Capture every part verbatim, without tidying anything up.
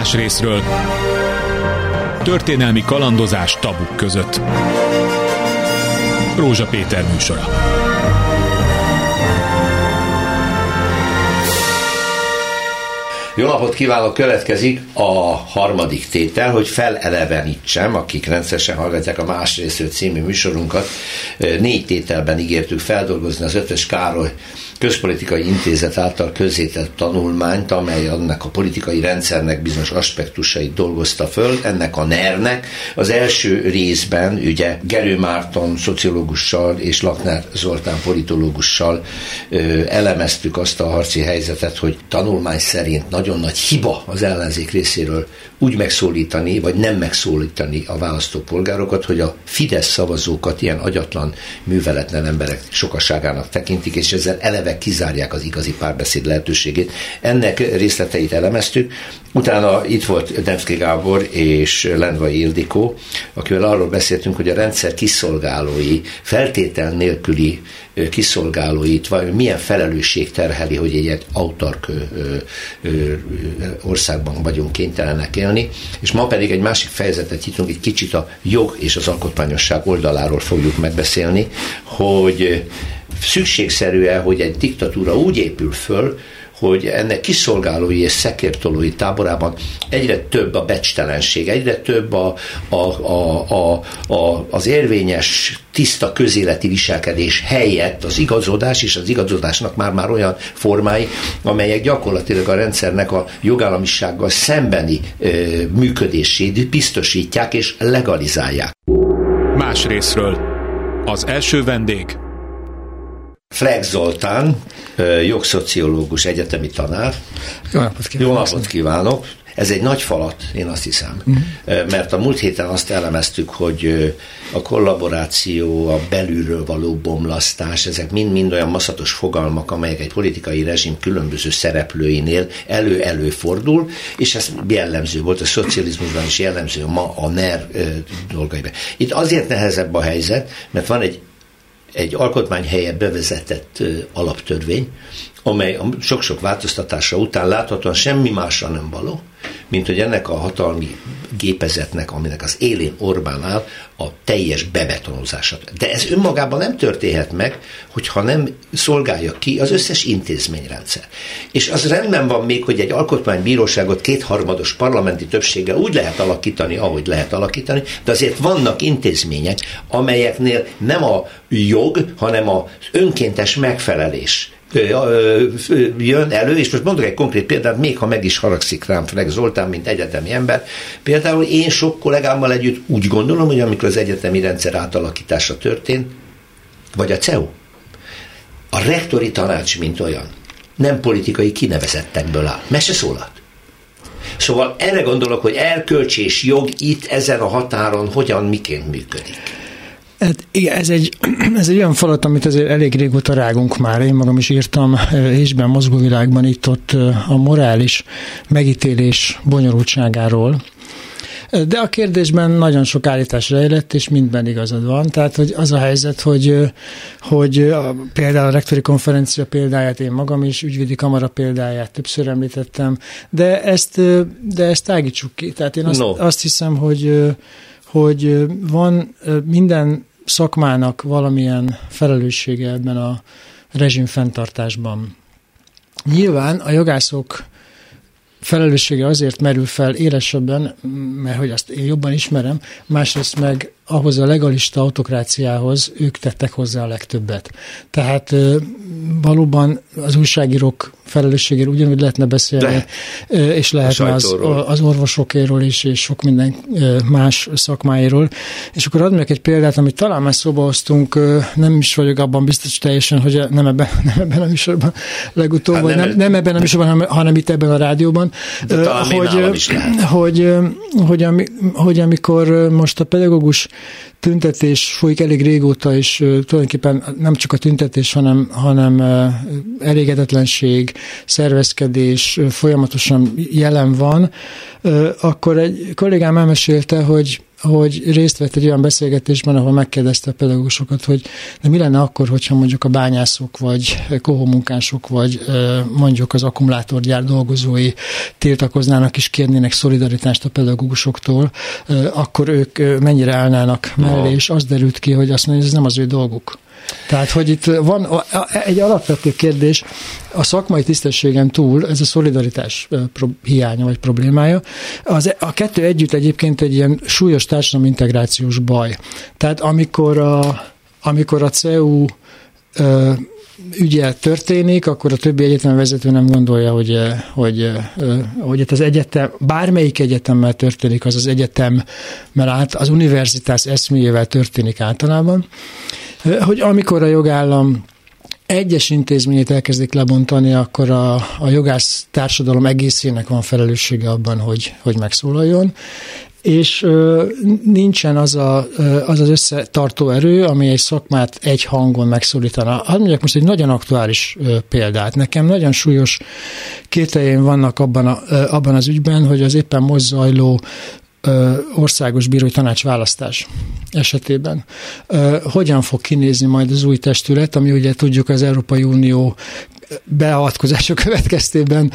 Más részről. Történelmi kalandozás tabuk között. Rózsa Péter műsora. Jó napot kívánok, következik a harmadik tétel, hogy felelevenítsem, akik rendszeresen hallgatják a Másrészről című műsorunkat. Négy tételben ígértük feldolgozni az Ötös Károly Közpolitikai Intézet által közzétett tanulmányt, amely annak a politikai rendszernek bizonyos aspektusait dolgozta föl, ennek a nernek. Az első részben ugye Gerő Márton szociológussal és Lakner Zoltán politológussal elemeztük azt a harci helyzetet, hogy tanulmány szerint nagyon nagy hiba az ellenzék részéről úgy megszólítani, vagy nem megszólítani a választópolgárokat, hogy a Fidesz szavazókat ilyen agyatlan, műveletlen emberek sokaságának tekintik, és ezzel eleve kizárják az igazi párbeszéd lehetőségét. Ennek részleteit elemeztük. Utána itt volt Demszky Gábor és Lendvai Ildikó, akivel arról beszéltünk, hogy a rendszer kiszolgálói, feltétel nélküli kiszolgálóit, vagy milyen felelősség terheli, hogy egy, egy autark országban vagyunk kénytelenek élni, és ma pedig egy másik fejezetet nyitunk, egy kicsit a jog és az alkotmányosság oldaláról fogjuk megbeszélni, hogy szükségszerű-e, hogy egy diktatúra úgy épül föl, hogy ennek kiszolgálói és szekértolói táborában egyre több a becsttelenség, egyre több a, a, a, a, a, az érvényes, tiszta közéleti viselkedés helyett az igazodás, és az igazodásnak már-már olyan formái, amelyek gyakorlatilag a rendszernek a jogállamisággal szembeni ö, működését biztosítják és legalizálják. Más részről. Az első vendég Flek Zoltán, jogszociológus, egyetemi tanár. Jó napot kívánok! Jó napot kívánok! Ez egy nagy falat, én azt hiszem. Uh-huh. Mert a múlt héten azt elemeztük, hogy a kollaboráció, a belülről való bomlasztás, ezek mind-mind olyan maszatos fogalmak, amelyek egy politikai rezsim különböző szereplőinél elő-elő fordul, és ez jellemző volt, a szocializmusban is jellemző ma a NER dolgaiban. Itt azért nehezebb a helyzet, mert van egy egy alkotmány helyett bevezetett ö, alaptörvény, amely a sok-sok változtatása után láthatóan semmi másra nem való, mint hogy ennek a hatalmi gépezetnek, aminek az élén Orbán áll, a teljes bebetonozása. De ez önmagában nem történhet meg, hogyha nem szolgálja ki az összes intézményrendszer. És az rendben van még, hogy egy alkotmánybíróságot kétharmados parlamenti többséggel úgy lehet alakítani, ahogy lehet alakítani, de azért vannak intézmények, amelyeknél nem a jog, hanem az önkéntes megfelelés jön elő, és most mondok egy konkrét példát, még ha meg is haragszik rám Flek Zoltán, mint egyetemi ember. Például én sok kollégámmal együtt úgy gondolom, hogy amikor az egyetemi rendszer átalakítása történt, vagy a cé e u, a rektori tanács, mint olyan, nem politikai kinevezettekből áll. Mese szólalt. Szóval erre gondolok, hogy erkölcs és jog itt ezen a határon hogyan, miként működik. Hát igen, ez egy, ez egy olyan falat, amit azért elég régóta rágunk már. Én magam is írtam Ésben, Mozgóvilágban itt-ott a morális megítélés bonyolultságáról. De a kérdésben nagyon sok állítás rejlett, és mindben igazad van. Tehát hogy az a helyzet, hogy, hogy a, például a rektori konferencia példáját, én magam is, ügyvédi kamara példáját többször említettem, de ezt, de ezt tágítsuk ki. Tehát én azt, no. azt hiszem, hogy hogy van minden szakmának valamilyen felelőssége ebben a rezsim fenntartásban. Nyilván a jogászok felelőssége azért merül fel élesebben, mert hogy azt én jobban ismerem, másrészt meg ahhoz a legalista autokráciához ők tettek hozzá a legtöbbet. Tehát valóban az újságírók felelősségéről ugyanúgy lehetne beszélni, De. és lehetne az, az orvosokéről is, és sok minden más szakmáiról. És akkor adom egy példát, amit talán már szóba hoztunk, nem is vagyok abban biztos teljesen, hogy nem ebben, nem ebben a műsorban legutóbb, hát nem, nem, nem ebben a műsorban, hanem, hanem itt ebben a rádióban, hogy, hogy, hogy, ami, hogy amikor most a pedagógus tüntetés folyik elég régóta, és tulajdonképpen nem csak a tüntetés, hanem, hanem elégedetlenség, szervezkedés folyamatosan jelen van, akkor egy kollégám elmesélte, hogy hogy részt vett egy olyan beszélgetésben, ahol megkérdezte a pedagógusokat, hogy de mi lenne akkor, hogyha mondjuk a bányászok, vagy kohómunkások, vagy mondjuk az akkumulátorgyár dolgozói tiltakoznának és kérnének szolidaritást a pedagógusoktól, akkor ők mennyire állnának mellé, és az derült ki, hogy azt mondja, hogy ez nem az ő dolguk. Tehát, hogy itt van egy alapvető kérdés, a szakmai tisztességen túl ez a szolidaritás hiánya vagy problémája. Az, a kettő együtt egyébként egy ilyen súlyos társadalmi integrációs baj. Tehát amikor a, amikor a cé e u ö, ügye történik, akkor a többi egyetem vezető nem gondolja, hogy, hogy, hogy itt az egyetem, bármelyik egyetemmel történik, az az egyetemmel át, az univerzitás eszméjével történik általában, hogy amikor a jogállam egyes intézményét elkezdik lebontani, akkor a, a jogász társadalom egészének van felelőssége abban, hogy, hogy megszólaljon, és ö, nincsen az, a, ö, az az összetartó erő, ami egy szakmát egy hangon megszólítana. Hadd mondjak most egy nagyon aktuális ö, példát. Nekem nagyon súlyos kételjeim vannak abban, a, ö, abban az ügyben, hogy az éppen most zajló országos bírói tanácsválasztás esetében. Hogyan fog kinézni majd az új testület, ami ugye tudjuk az Európai Unió beavatkozása következtében,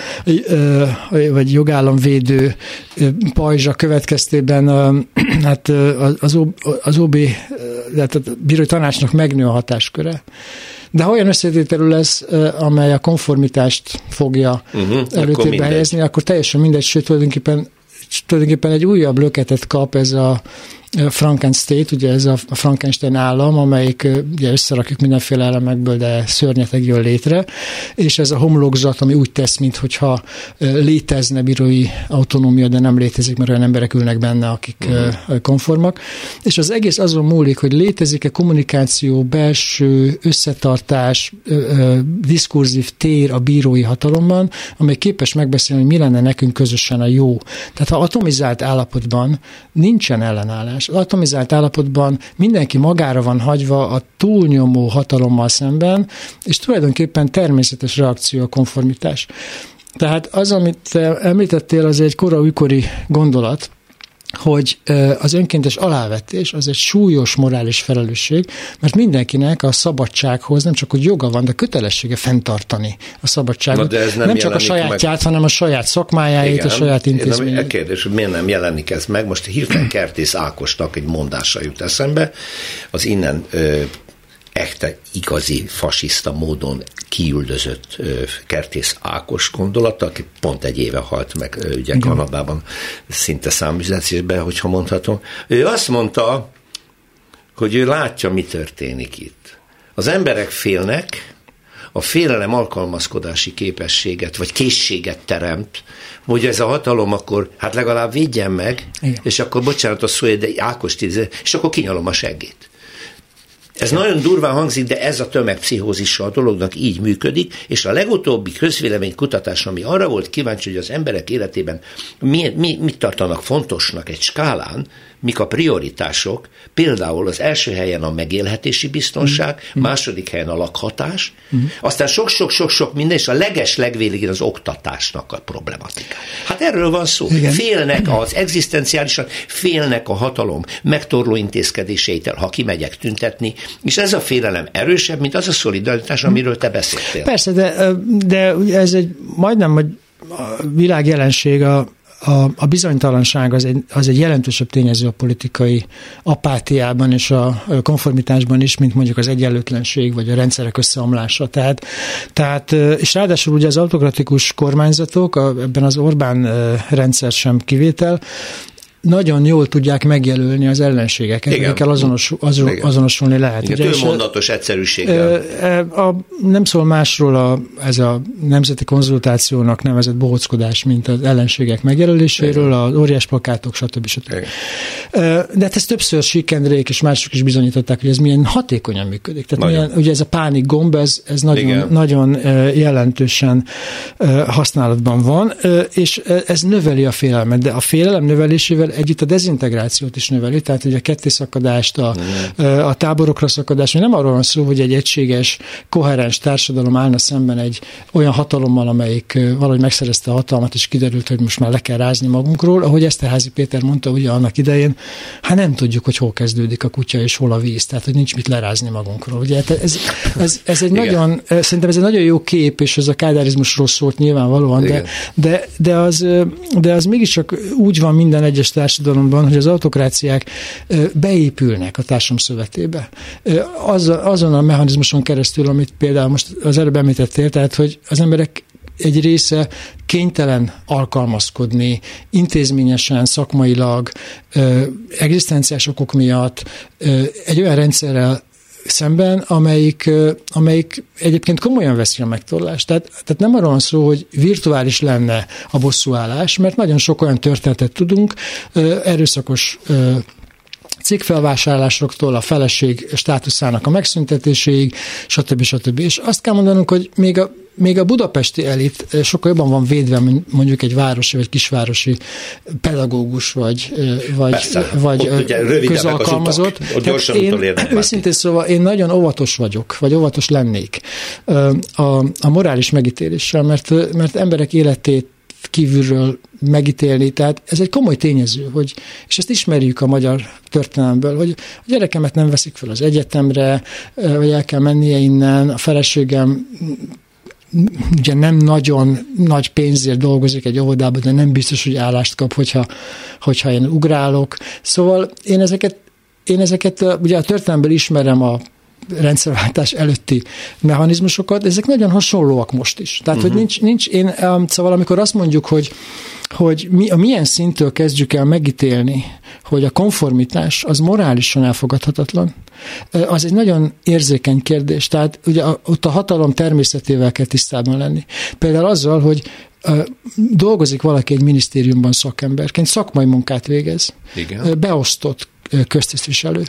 vagy jogállamvédő pajzsa következtében hát az, az o bé, tehát a bírói tanácsnak megnő a hatásköre. De ha olyan összetételű lesz, amely a konformitást fogja uh-huh, előtérbe helyezni, akkor teljesen mindegy, sőt tulajdonképpen tulajdonképpen egy újabb löketet kap ez a Frankenstein, ugye ez a Frankenstein állam, amelyik ugye összerakjuk mindenféle elemekből, de szörnyeteg jön létre, és ez a homlokzat, ami úgy tesz, minthogyha létezne bírói autonómia, de nem létezik, mert olyan emberek ülnek benne, akik uh-huh. konformak. És az egész azon múlik, hogy létezik-e kommunikáció, belső összetartás, diskurzív tér a bírói hatalomban, amely képes megbeszélni, hogy mi lenne nekünk közösen a jó. Tehát ha atomizált állapotban nincsen ellenállás, az atomizált állapotban mindenki magára van hagyva a túlnyomó hatalommal szemben, és tulajdonképpen természetes reakció a konformitás. Tehát az, amit említettél, az egy kora újkori gondolat, hogy az önkéntes alávetés az egy súlyos morális felelősség, mert mindenkinek a szabadsághoz nem csak hogy joga van, de kötelessége fenntartani a szabadságot. Nem, nem csak a sajátját, meg... hanem a saját szakmájáit, igen, a saját intézményét. A kérdés, hogy miért nem jelenik ez meg? Most hirtelen Kertész Ákosnak egy mondása jut eszembe, az innen ö, echte, igazi fasiszta módon kiüldözött ö, Kertész Ákos gondolata, aki pont egy éve halt meg ö, ugye igen. Kanadában, szinte számüzetésben, hogyha mondhatom. Ő azt mondta, hogy ő látja, mi történik itt. Az emberek félnek, a félelem alkalmazkodási képességet, vagy készséget teremt, hogy ez a hatalom akkor, hát legalább védjen meg, igen. És akkor bocsánat a szó, de Ákos tíz, és akkor kinyalom a seggét. Ez nagyon durván hangzik, de ez a tömegpszichózisa a dolognak így működik, és a legutóbbi közvéleménykutatás, ami arra volt kíváncsi, hogy az emberek életében mi, mi, mit tartanak fontosnak egy skálán, mik a prioritások, például az első helyen a megélhetési biztonság, mm. második helyen a lakhatás, mm. aztán sok-sok-sok-sok minden, és a leges legvégén az oktatásnak a problematika. Hát erről van szó. Igen. Félnek az egzisztenciálisan, félnek a hatalom megtorló intézkedéseitől, ha kimegyek tüntetni, és ez a félelem erősebb, mint az a szolidaritás, amiről te beszéltél. Persze, de, de ez egy majdnem hogy a világjelenség, a A, a bizonytalanság az egy, az egy jelentősebb tényező a politikai apátiában és a konformitásban is, mint mondjuk az egyenlőtlenség vagy a rendszerek összeomlása. Tehát, tehát és ráadásul ugye az autokratikus kormányzatok, a, ebben az Orbán rendszer sem kivétel, nagyon jól tudják megjelölni az ellenségeket, akikkel azonos, azon, azonosulni lehet. Igen, ugye, tőmondatos egyszerűséggel. A, a, nem szól másról a, ez a nemzeti konzultációnak nevezett bohóckodás, mint az ellenségek megjelöléséről, igen. Az óriás plakátok, stb. stb. De hát ezt többször Sík-Endrék és mások is bizonyították, hogy ez milyen hatékonyan működik. Tehát milyen, ugye ez a pánik gomb, ez, ez nagyon, nagyon jelentősen használatban van, és ez növeli a félelmet, de a félelem növelésével ezzel együtt a dezintegrációt is növeli, tehát ugye a kettészakadást, a, a táborokra szakadást, nem arról van szó, hogy egy egységes, koherens társadalom állna szemben egy olyan hatalommal, amelyik valahogy megszerezte a hatalmat, és kiderült, hogy most már le kell rázni magunkról. Ahogy Eszterházy Péter mondta ugye annak idején, hát nem tudjuk, hogy hol kezdődik a kutya és hol a víz, tehát hogy nincs mit lerázni magunkról. Ugye ez, ez, ez egy nagyon, szerintem ez egy nagyon jó kép, és ez a kádárizmusról szólt nyilvánvalóan, de, de, de, az, de az mégiscsak úgy van minden egyes társadalomban, hogy az autokráciák beépülnek a társadalom szövetébe. Az, azon a mechanizmuson keresztül, amit például most az előbb említettél, tehát hogy az emberek egy része kénytelen alkalmazkodni intézményesen, szakmailag, egzisztenciás okok miatt egy olyan rendszerrel szemben, amelyik, amelyik egyébként komolyan veszi a megtorlást. Tehát, tehát nem arról van szó, hogy virtuális lenne a bosszúállás, mert nagyon sok olyan történetet tudunk, erőszakos cikkfelvásárlásoktól a feleség státuszának a megszüntetéséig, stb. stb. És azt kell mondanunk, hogy még a, még a budapesti elit sokkal jobban van védve mondjuk egy városi vagy kisvárosi pedagógus vagy, vagy, Persze, vagy közalkalmazott. Gyorsan én, őszintén szóval én nagyon óvatos vagyok, vagy óvatos lennék a, a morális megítéléssel, mert, mert emberek életét kívülről megítélni, tehát ez egy komoly tényező, hogy, és ezt ismerjük a magyar történelemből, hogy a gyerekemet nem veszik fel az egyetemre, vagy el kell mennie innen, a feleségem ugye nem nagyon nagy pénzért dolgozik egy óvodában, de nem biztos, hogy állást kap, hogyha, hogyha én ugrálok. Szóval én ezeket, én ezeket ugye a történelemből ismerem a rendszerváltás előtti mechanizmusokat, ezek nagyon hasonlóak most is. Tehát, uh-huh. hogy nincs, nincs én, szóval amikor azt mondjuk, hogy, hogy mi, a milyen szintől kezdjük el megítélni, hogy a konformitás az morálisan elfogadhatatlan, az egy nagyon érzékeny kérdés. Tehát ugye ott a hatalom természetével kell tisztában lenni. Például azzal, hogy dolgozik valaki egy minisztériumban szakemberként, szakmai munkát végez, igen. Beosztott köztisztviselő.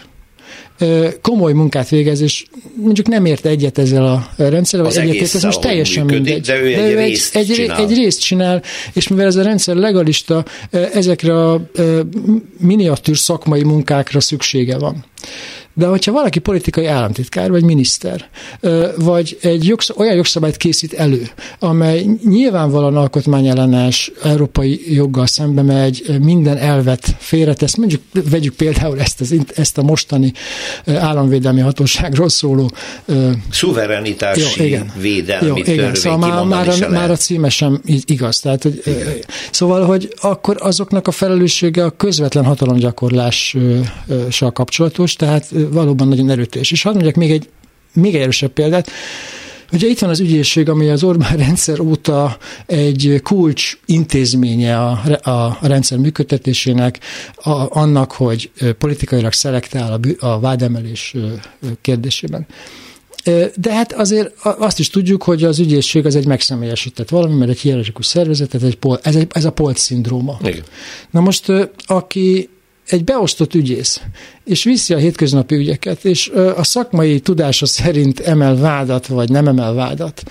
Komoly munkát végez, és mondjuk nem ért egyet ezzel a rendszerrel, vagy egyetért, ez most teljesen működik, mindegy. De ő, de egy, ő részt egy, egy, egy részt csinál, és mivel ez a rendszer legalista, ezekre a miniatűr szakmai munkákra szüksége van. De hogyha valaki politikai államtitkár, vagy miniszter, vagy egy jogsz- olyan jogszabályt készít elő, amely nyilvánvalóan alkotmányellenes, európai joggal szembe megy, minden elvet félretesz, mondjuk vegyük például ezt, az, ezt a mostani államvédelmi hatóságról szóló szuverenitási jó, védelmi jó, törvény, szóval már, már, a, már a címe sem igaz. Tehát, hogy, szóval, hogy akkor azoknak a felelőssége a közvetlen hatalomgyakorlással kapcsolatos, tehát valóban nagyon erőteljes. És hadd mondjak még egy, még egy erősebb példát. Ugye itt van az ügyészség, ami az Orbán rendszer óta egy kulcs intézménye a, a, a rendszer működtetésének, a, annak, hogy politikailag szelektál a, a vádemelés kérdésében. De hát azért azt is tudjuk, hogy az ügyészség az egy megszemélyesített valami, mert egy hierarchikus szervezet, ez, egy pol, ez, egy, ez a polc-szindróma. Igen. Na most, aki egy beosztott ügyész, és viszi a hétköznapi ügyeket, és a szakmai tudása szerint emel vádat, vagy nem emel vádat,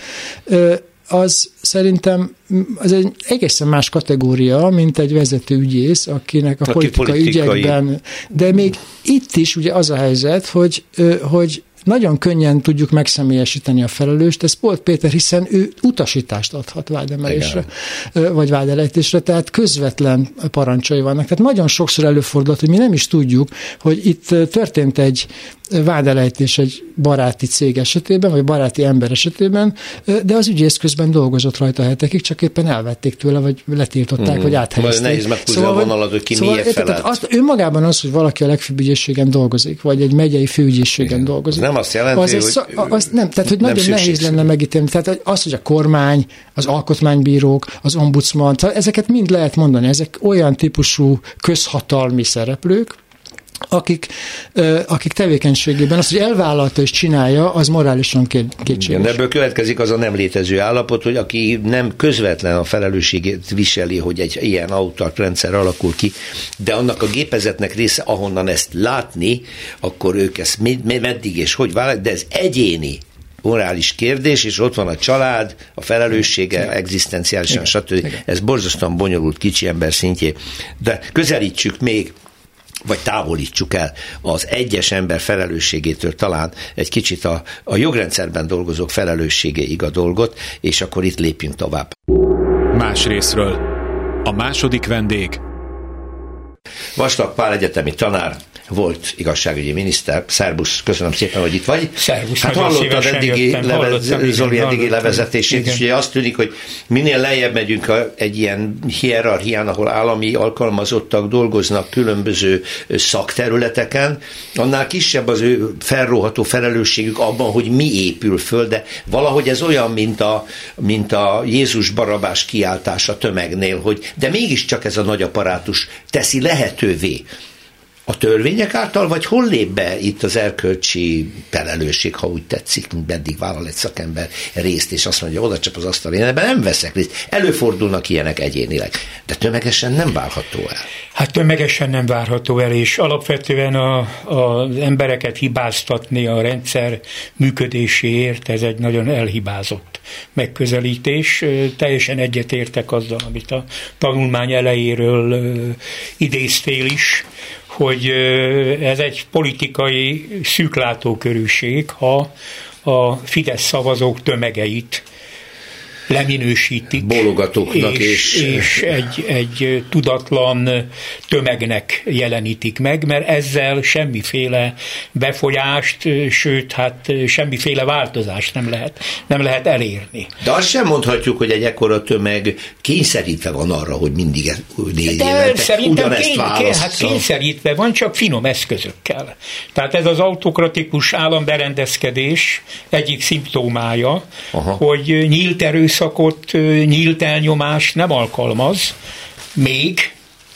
az szerintem az egy egészen más kategória, mint egy vezető ügyész, akinek a Aki politikai, politikai ügyekben, de még itt is ugye az a helyzet, hogy, hogy nagyon könnyen tudjuk megszemélyesíteni a felelőst, ez Polt Péter, hiszen ő utasítást adhat vádemelésre, igen. vagy vádelejtésre, tehát közvetlen parancsai vannak. Tehát nagyon sokszor előfordult, hogy mi nem is tudjuk, hogy itt történt egy vádelejtés egy baráti cég esetében, vagy baráti ember esetében, de az ügyész közben dolgozott rajta hetekig, csak éppen elvették tőle, vagy letiltották, mm. vagy áthelyezték. Nehéz meghúzni szóval, a vonalat, hogy ki szóval, miért felelt. Az, önmagában az, hogy valaki a legfőbb ügyészségen dolgozik, vagy egy megyei főügyészségen dolgozik. Nem azt jelenti, az hogy szak, az nem, tehát, hogy nagyon nehéz lenne megítélni. Tehát az, hogy a kormány, az alkotmánybírók, az ombudsman, ezeket mind lehet mondani. Ezek olyan típusú közhatalmi szereplők, akik, akik tevékenységében azt, hogy elvállalta és csinálja, az morálisan kétséges. Ebből következik az a nem létező állapot, hogy aki nem közvetlen a felelősségét viseli, hogy egy ilyen autark rendszer alakul ki, de annak a gépezetnek része, ahonnan ezt látni, akkor ők ezt meddig és hogy vállal, de ez egyéni morális kérdés, és ott van a család, a felelőssége, igen. egzisztenciálisan, igen. stb. Igen. Ez borzasztóan bonyolult kicsi ember szintjé. De közelítsük még, vagy távolítsuk el az egyes ember felelősségétől talán egy kicsit a, a jogrendszerben dolgozók felelősségeig a dolgot, és akkor itt lépjünk tovább. Más részről. A második vendég. Vastag Pál egyetemi tanár, volt igazságügyi miniszter. Szerbusz, köszönöm szépen, hogy itt vagy. Szerbusz, hát hallottad eddigi leve, Zoli igen, eddigi levezetését, és ugye azt tűnik, hogy minél lejjebb megyünk a, egy ilyen hierarchián, ahol állami alkalmazottak dolgoznak különböző szakterületeken, annál kisebb az ő felróható felelősségük abban, hogy mi épül föl, de valahogy ez olyan, mint a, mint a Jézus Barabás kiáltása tömegnél, hogy de mégiscsak ez a nagy apparátus teszi lehetővé. A törvények által, vagy hol lép be itt az erkölcsi felelősség, ha úgy tetszik, mint eddig vállal egy szakember részt, és azt mondja, oda csap az asztal, én ebben nem veszek részt. Előfordulnak ilyenek egyénileg, de tömegesen nem várható el. Hát tömegesen nem várható el, és alapvetően a, az embereket hibáztatni a rendszer működéséért, ez egy nagyon elhibázott megközelítés. Teljesen egyetértek azzal, amit a tanulmány elejéről idéztél is, hogy ez egy politikai szűklátókörűség, ha a Fidesz szavazók tömegeit leminősítik, bólogatóknak és, és... és egy, egy tudatlan tömegnek jelenítik meg, mert ezzel semmiféle befolyást, sőt, hát semmiféle változást nem lehet, nem lehet elérni. De azt sem mondhatjuk, hogy egy ekkora tömeg kényszerítve van arra, hogy mindig De szerintem kény, kény, hát kényszerítve van, csak finom eszközökkel. Tehát ez az autokratikus államberendezkedés egyik szimptomája, aha. hogy nyílt erőszak szakot, nyílt elnyomás nem alkalmaz még,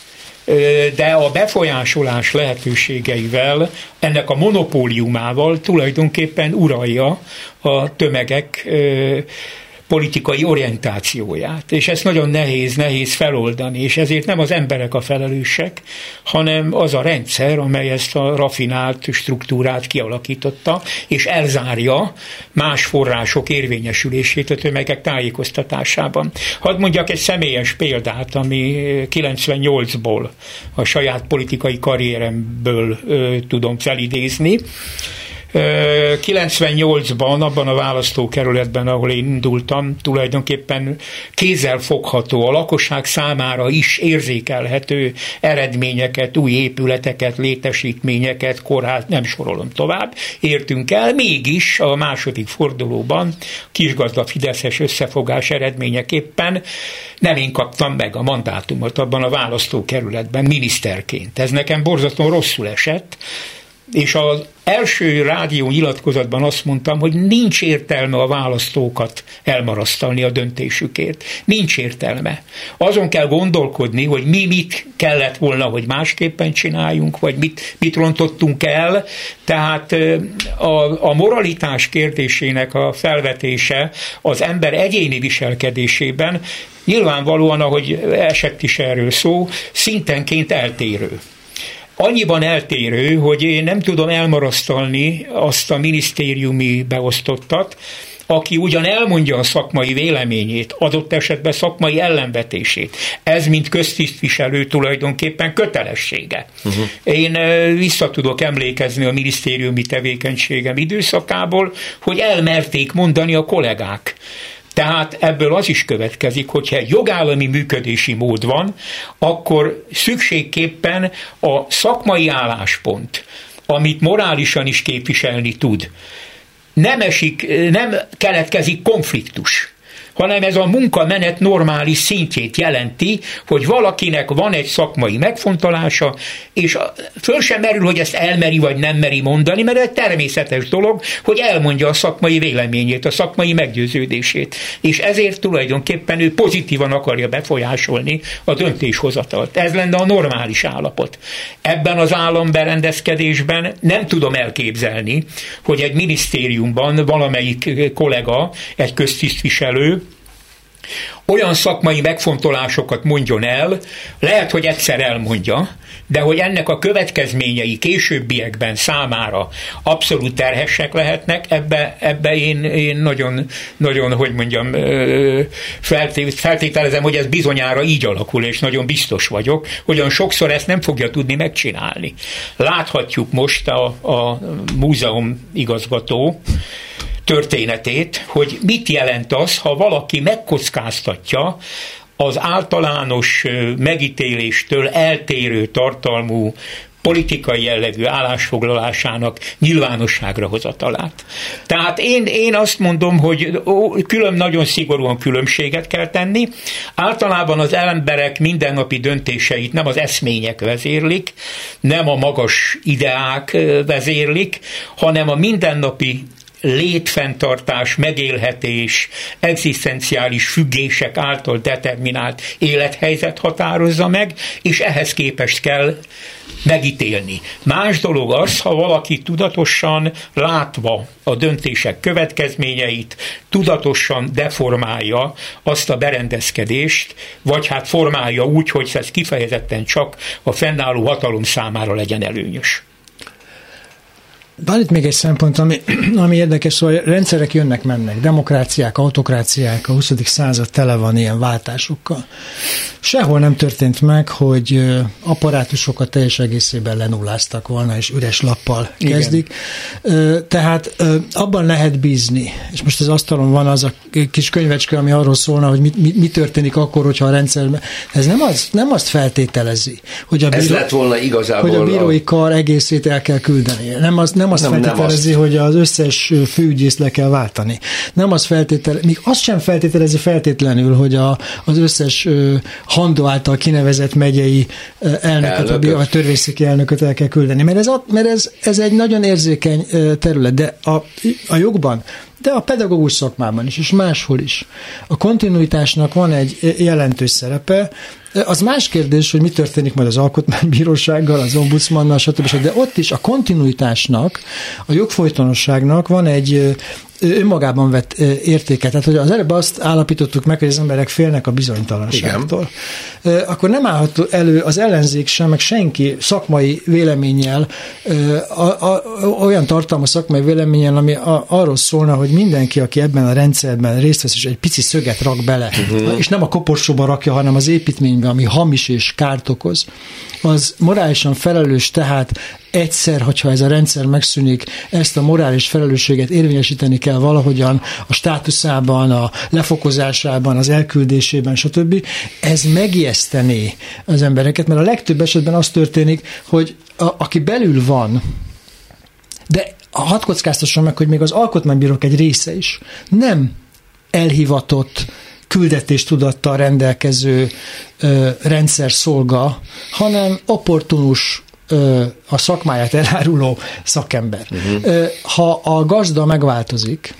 de a befolyásolás lehetőségeivel, ennek a monopóliumával tulajdonképpen uralja a tömegek politikai orientációját. És ezt nagyon nehéz, nehéz feloldani, és ezért nem az emberek a felelősek, hanem az a rendszer, amely ezt a raffinált struktúrát kialakította, és elzárja más források érvényesülését a tömegek tájékoztatásában. Hadd mondjak egy személyes példát, ami kilencvennyolcból a saját politikai karrieremből ö, tudom felidézni. kilencvennyolcban, abban a választókerületben, ahol én indultam, tulajdonképpen kézzelfogható, a lakosság számára is érzékelhető eredményeket, új épületeket, létesítményeket, kórház, nem sorolom tovább, értünk el, mégis a második fordulóban kisgazda fideszes összefogás eredményeképpen nem én kaptam meg a mandátumot abban a választókerületben miniszterként. Ez nekem borzasztóan rosszul esett, és az első rádió nyilatkozatban azt mondtam, hogy nincs értelme a választókat elmarasztalni a döntésükért. Nincs értelme. Azon kell gondolkodni, hogy mi mit kellett volna, hogy másképpen csináljunk, vagy mit, mit rontottunk el. Tehát a, a moralitás kérdésének a felvetése az ember egyéni viselkedésében nyilvánvalóan, ahogy esett is erről szó, szintenként eltérő. Annyiban eltérő, hogy én nem tudom elmarasztalni azt a minisztériumi beosztottat, aki ugyan elmondja a szakmai véleményét, adott esetben szakmai ellenvetését. Ez, mint köztisztviselő tulajdonképpen kötelessége. Uh-huh. Én vissza tudok emlékezni a minisztériumi tevékenységem időszakából, hogy elmerték mondani a kollégák. Tehát ebből az is következik, hogyha egy jogállami működési mód van, akkor szükségképpen a szakmai álláspont, amit morálisan is képviselni tud, nem esik, nem keletkezik konfliktus, hanem ez a munkamenet normális szintjét jelenti, hogy valakinek van egy szakmai megfontolása, és föl sem merül, hogy ezt elmeri vagy nem meri mondani, mert egy természetes dolog, hogy elmondja a szakmai véleményét, a szakmai meggyőződését. És ezért tulajdonképpen ő pozitívan akarja befolyásolni a döntéshozatalt. Ez lenne a normális állapot. Ebben az államberendezkedésben nem tudom elképzelni, hogy egy minisztériumban valamelyik kollega, egy köztisztviselő olyan szakmai megfontolásokat mondjon el, lehet, hogy egyszer elmondja, de hogy ennek a következményei későbbiekben számára abszolút terhesek lehetnek, ebbe, ebbe én, én nagyon, nagyon, hogy mondjam, feltételezem, hogy ez bizonyára így alakul, és nagyon biztos vagyok, hogy olyan sokszor ezt nem fogja tudni megcsinálni. Láthatjuk most a, a múzeum igazgató történetét, hogy mit jelent az, ha valaki megkockáztatja az általános megítéléstől eltérő tartalmú politikai jellegű állásfoglalásának nyilvánosságra hozatalát. Tehát én, én azt mondom, hogy külön, nagyon szigorúan különbséget kell tenni. Általában az emberek mindennapi döntéseit nem az eszmények vezérlik, nem a magas ideák vezérlik, hanem a mindennapi létfenntartás, megélhetés, egzisztenciális függések által determinált élethelyzet határozza meg, és ehhez képest kell megítélni. Más dolog az, ha valaki tudatosan, látva a döntések következményeit, tudatosan deformálja azt a berendezkedést, vagy hát formálja úgy, hogy ez kifejezetten csak a fennálló hatalom számára legyen előnyös. Van itt még egy szempont, ami, ami érdekes, szóval rendszerek jönnek-mennek, demokráciák, autokráciák, a huszadik század tele van ilyen váltásokkal. Sehol nem történt meg, hogy apparátusokat teljes egészében lenulláztak volna, és üres lappal kezdik. Igen. Tehát abban lehet bízni, és most az asztalon van az a kis könyvecske, ami arról szólna, hogy mi, mi, mi történik akkor, hogyha a rendszerben... Ez nem, az, nem azt feltételezi, hogy a, bíró, lett volna igazából hogy a bírói kar egészét el kell küldeni. Nem az, nem azt nem, feltételezi, nem azt. Hogy az összes főügyészt le kell váltani. Nem azt feltételezi, még azt sem feltételezi feltétlenül, hogy a, az összes uh, Handó által kinevezett megyei uh, elnököt, a, a törvényszéki elnököt el kell küldeni. Mert ez, a, mert ez, ez egy nagyon érzékeny uh, terület, de a, a jogban, de a pedagógus szakmában is, és máshol is. A kontinuitásnak van egy jelentős szerepe. Az más kérdés, hogy mi történik majd az alkotmánybírósággal, az ombudsmannal, stb. De ott is a kontinuitásnak, a jogfolytonosságnak van egy önmagában vett értéke. Tehát, hogy az előbb azt állapítottuk meg, hogy az emberek félnek a bizonytalanságtól. Igen. Akkor nem állhat elő az ellenzék sem, meg senki szakmai véleménnyel, a, a, olyan tartalmú szakmai véleménnyel, ami a, arról szólna, hogy mindenki, aki ebben a rendszerben részt vesz, és egy pici szöget rak bele, uh-huh. és nem a koporsóba rakja, hanem az építménybe, ami hamis és kárt okoz, az morálisan felelős, tehát egyszer, hogyha ez a rendszer megszűnik, ezt a morális felelősséget érvényesíteni kell valahogyan a státuszában, a lefokozásában, az elküldésében, stb. Ez megijesztené az embereket, mert a legtöbb esetben az történik, hogy a, aki belül van, de hadd kockáztassam meg, hogy még az alkotmánybírók egy része is nem elhivatott, küldetéstudattal rendelkező ö, rendszer szolga, hanem opportunus, ö, a szakmáját eláruló szakember. Uh-huh. Ö, ha a gazda megváltozik,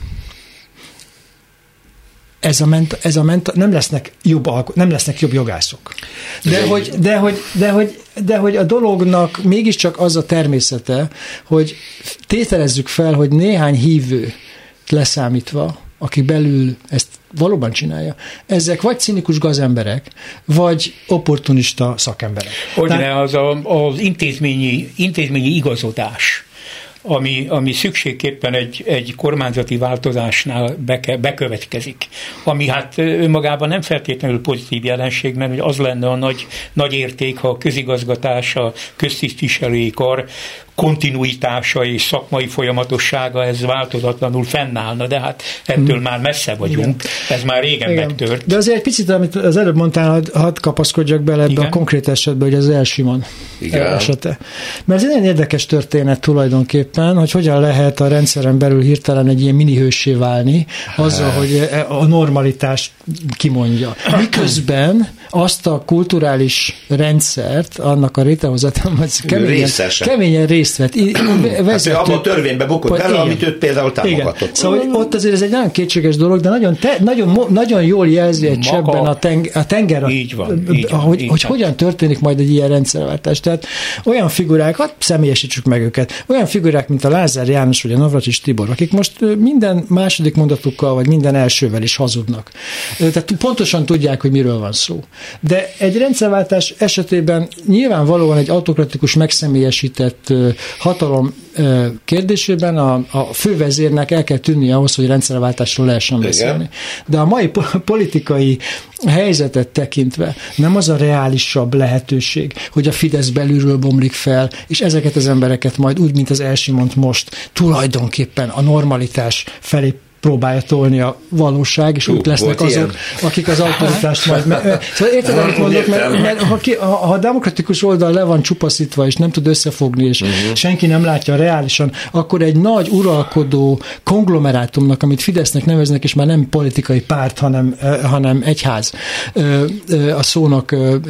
ez a ment, ez a ment, nem lesznek jobb alko- nem lesznek jobb jogászok. De hogy, de, hogy, de, hogy, de hogy a dolognak mégiscsak az a természete, hogy tételezzük fel, hogy néhány hívő leszámítva, aki belül ezt valóban csinálja, ezek vagy cinikus gazemberek, vagy opportunista szakemberek. Hogyne Tehát... az a, az intézményi, intézményi igazodás, ami, ami szükségképpen egy, egy kormányzati változásnál beke, bekövetkezik, ami hát önmagában nem feltétlenül pozitív jelenség, mert az lenne a nagy, nagy érték, ha a közigazgatás, a köztisztviselői kar kontinuitása és szakmai folyamatossága ez változatlanul fennállna, de hát ettől hmm. már messze vagyunk. Igen. Ez már régen Igen. megtört. De azért egy picit, amit az előbb mondtál, hadd kapaszkodjak bele ebbe Igen. a konkrét esetbe, hogy az Elsimon esete. Mert ez egy érdekes történet tulajdonképpen, hogy hogyan lehet a rendszeren belül hirtelen egy ilyen minihőssé válni, azzal, hogy a normalitást kimondja. Miközben azt a kulturális rendszert, annak a létrehozatában keményen, keményen részt vett. Hát abban a törvényben bukott bele, amit őt például támogatott. Igen. Szóval ott azért ez egy nagyon kétséges dolog, de nagyon, te, nagyon, nagyon jól jelzi egy csebben a, teng, a tenger, így van, így van, hogy, így hogy van. hogyan történik majd egy ilyen rendszerváltás. Tehát olyan figurákat, személyesítsük meg őket, olyan figurák, mint a Lázár János vagy a Navracsics Tibor, akik most minden második mondatukkal, vagy minden elsővel is hazudnak. Tehát pontosan tudják, hogy miről van szó. De egy rendszerváltás esetében nyilvánvalóan egy autokratikus, megszemélyesített hatalom kérdésében a, a fővezérnek el kell tűnnie ahhoz, hogy rendszerváltásról lehessen beszélni. De a mai politikai helyzetet tekintve nem az a reálisabb lehetőség, hogy a Fidesz belülről bomlik fel, és ezeket az embereket majd úgy, mint az Elsimont most tulajdonképpen a normalitás felé próbálja tolni a valóság, és úgy lesznek azok, ilyen? Akik az autoritást majd... Mert, szóval érted, amit mondok, mert, mert ha, ki, ha a demokratikus oldal le van csupaszítva, és nem tud összefogni, és uh-huh. senki nem látja reálisan, akkor egy nagy uralkodó konglomerátumnak, amit Fidesznek neveznek, és már nem politikai párt, hanem, hanem egyház a szónak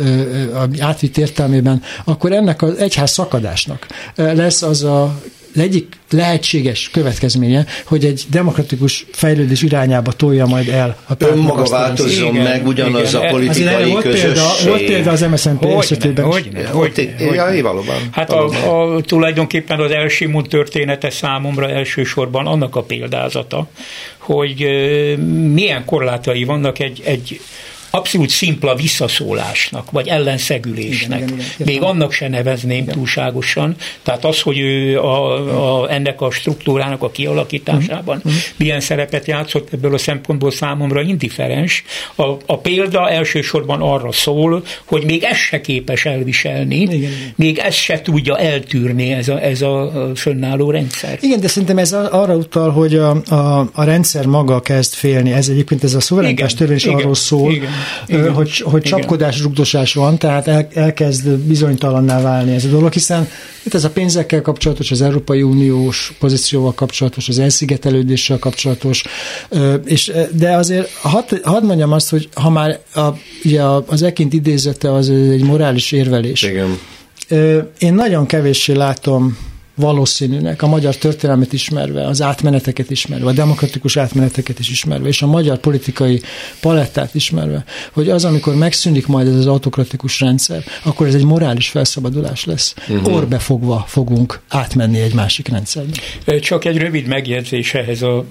a átvitt értelmében, akkor ennek az egyház szakadásnak lesz az a egyik lehetséges következménye, hogy egy demokratikus fejlődés irányába tolja majd el a párt. Önmaga változzon igen, meg ugyanaz igen. a politikai volt közösség. Példa, volt példa az em es zé en pé esetében. Hogy, hogy, hogy, ja, valóban. Hát a, a, tulajdonképpen az Elsimont története számomra elsősorban annak a példázata, hogy milyen korlátai vannak egy, egy abszolút szimpla visszaszólásnak, vagy ellenszegülésnek. Igen, igen, igen. Még annak se nevezném igen. túlságosan. Tehát az, hogy ő a, a, ennek a struktúrának a kialakításában uh-huh. milyen szerepet játszott, ebből a szempontból számomra indiferens. A, a példa elsősorban arra szól, hogy még ez se képes elviselni, igen, igen. még ez se tudja eltűrni ez a, ez a fönnálló rendszer. Igen, de szerintem ez arra utal, hogy a, a, a rendszer maga kezd félni. Ez egyébként ez a szuverenitás törvény is arról szól, igen. Igen. hogy, hogy csapkodás, rugdosás van, tehát el, elkezd bizonytalanná válni ez a dolog, hiszen itt ez a pénzekkel kapcsolatos, az Európai Uniós pozícióval kapcsolatos, az elszigetelődéssel kapcsolatos, és, de azért hadd, hadd mondjam azt, hogy ha már a, ugye az Ekint idézete az egy morális érvelés. Igen. Én nagyon kevéssé látom valószínűnek, a magyar történelmet ismerve, az átmeneteket ismerve, a demokratikus átmeneteket is ismerve, és a magyar politikai palettát ismerve, hogy az, amikor megszűnik majd ez az autokratikus rendszer, akkor ez egy morális felszabadulás lesz. Uh-huh. Orbefogva fogunk átmenni egy másik rendszerbe. Csak egy rövid megjegyzés ehhez a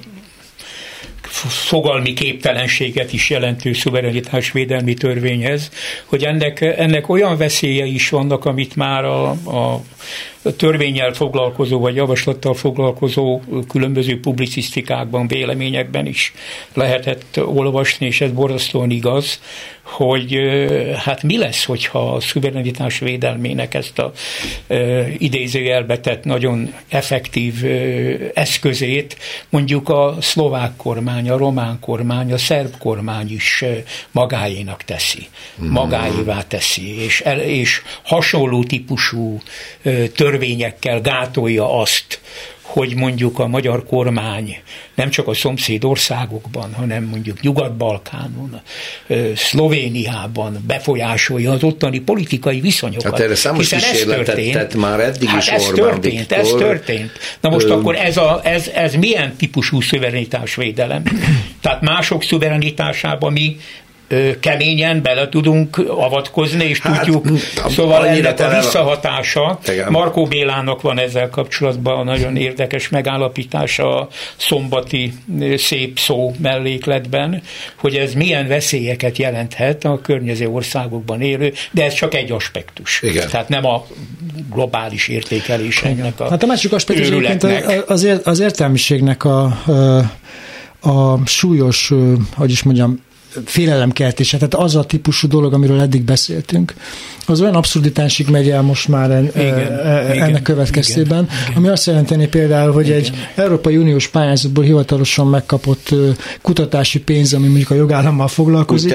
fogalmi képtelenséget is jelentő szuverenitásvédelmi törvényhez, hogy ennek, ennek olyan veszélye is vannak, amit már a, a törvénnyel foglalkozó, vagy javaslattal foglalkozó különböző publicisztikákban, véleményekben is lehetett olvasni, és ez borzasztóan igaz, hogy hát mi lesz, hogyha a szuverenitás védelmének ezt a e, idézőjelbe tett nagyon effektív e, eszközét mondjuk a szlovák kormány, a román kormány, a szerb kormány is e, magáénak teszi, magáévá teszi, és, el, és hasonló típusú e, törvényekkel gátolja azt, hogy mondjuk a magyar kormány nem csak a szomszéd országokban, hanem mondjuk Nyugat-Balkánon, Szlovéniában befolyásolja az ottani politikai viszonyokat. Hát erre számos kísérletet tett már eddig hát is ez Orbán történt, Viktor. ez történt. Na most Ö... akkor ez, a, ez, ez milyen típusú szuverenitásvédelem? Tehát mások szuverenitásában mi keményen bele tudunk avatkozni, és hát, tudjuk, szóval ennek a visszahatása, igen. Markó Bélának van ezzel kapcsolatban nagyon érdekes megállapítása a szombati szép szó mellékletben, hogy ez milyen veszélyeket jelenthet a környező országokban élő, de ez csak egy aspektus. Igen. Tehát nem a globális értékelés ennek a hát a másik aspektus az, az értelmiségnek a, a, a súlyos, hogy is mondjam, félelemkeltése, tehát az a típusú dolog, amiről eddig beszéltünk, az olyan abszurditásig megy el most már en, igen, ennek igen, következtében, igen, ami azt jelenteni például, hogy igen. egy Európai Uniós pályázatból hivatalosan megkapott kutatási pénz, ami mondjuk a jogállammal foglalkozik.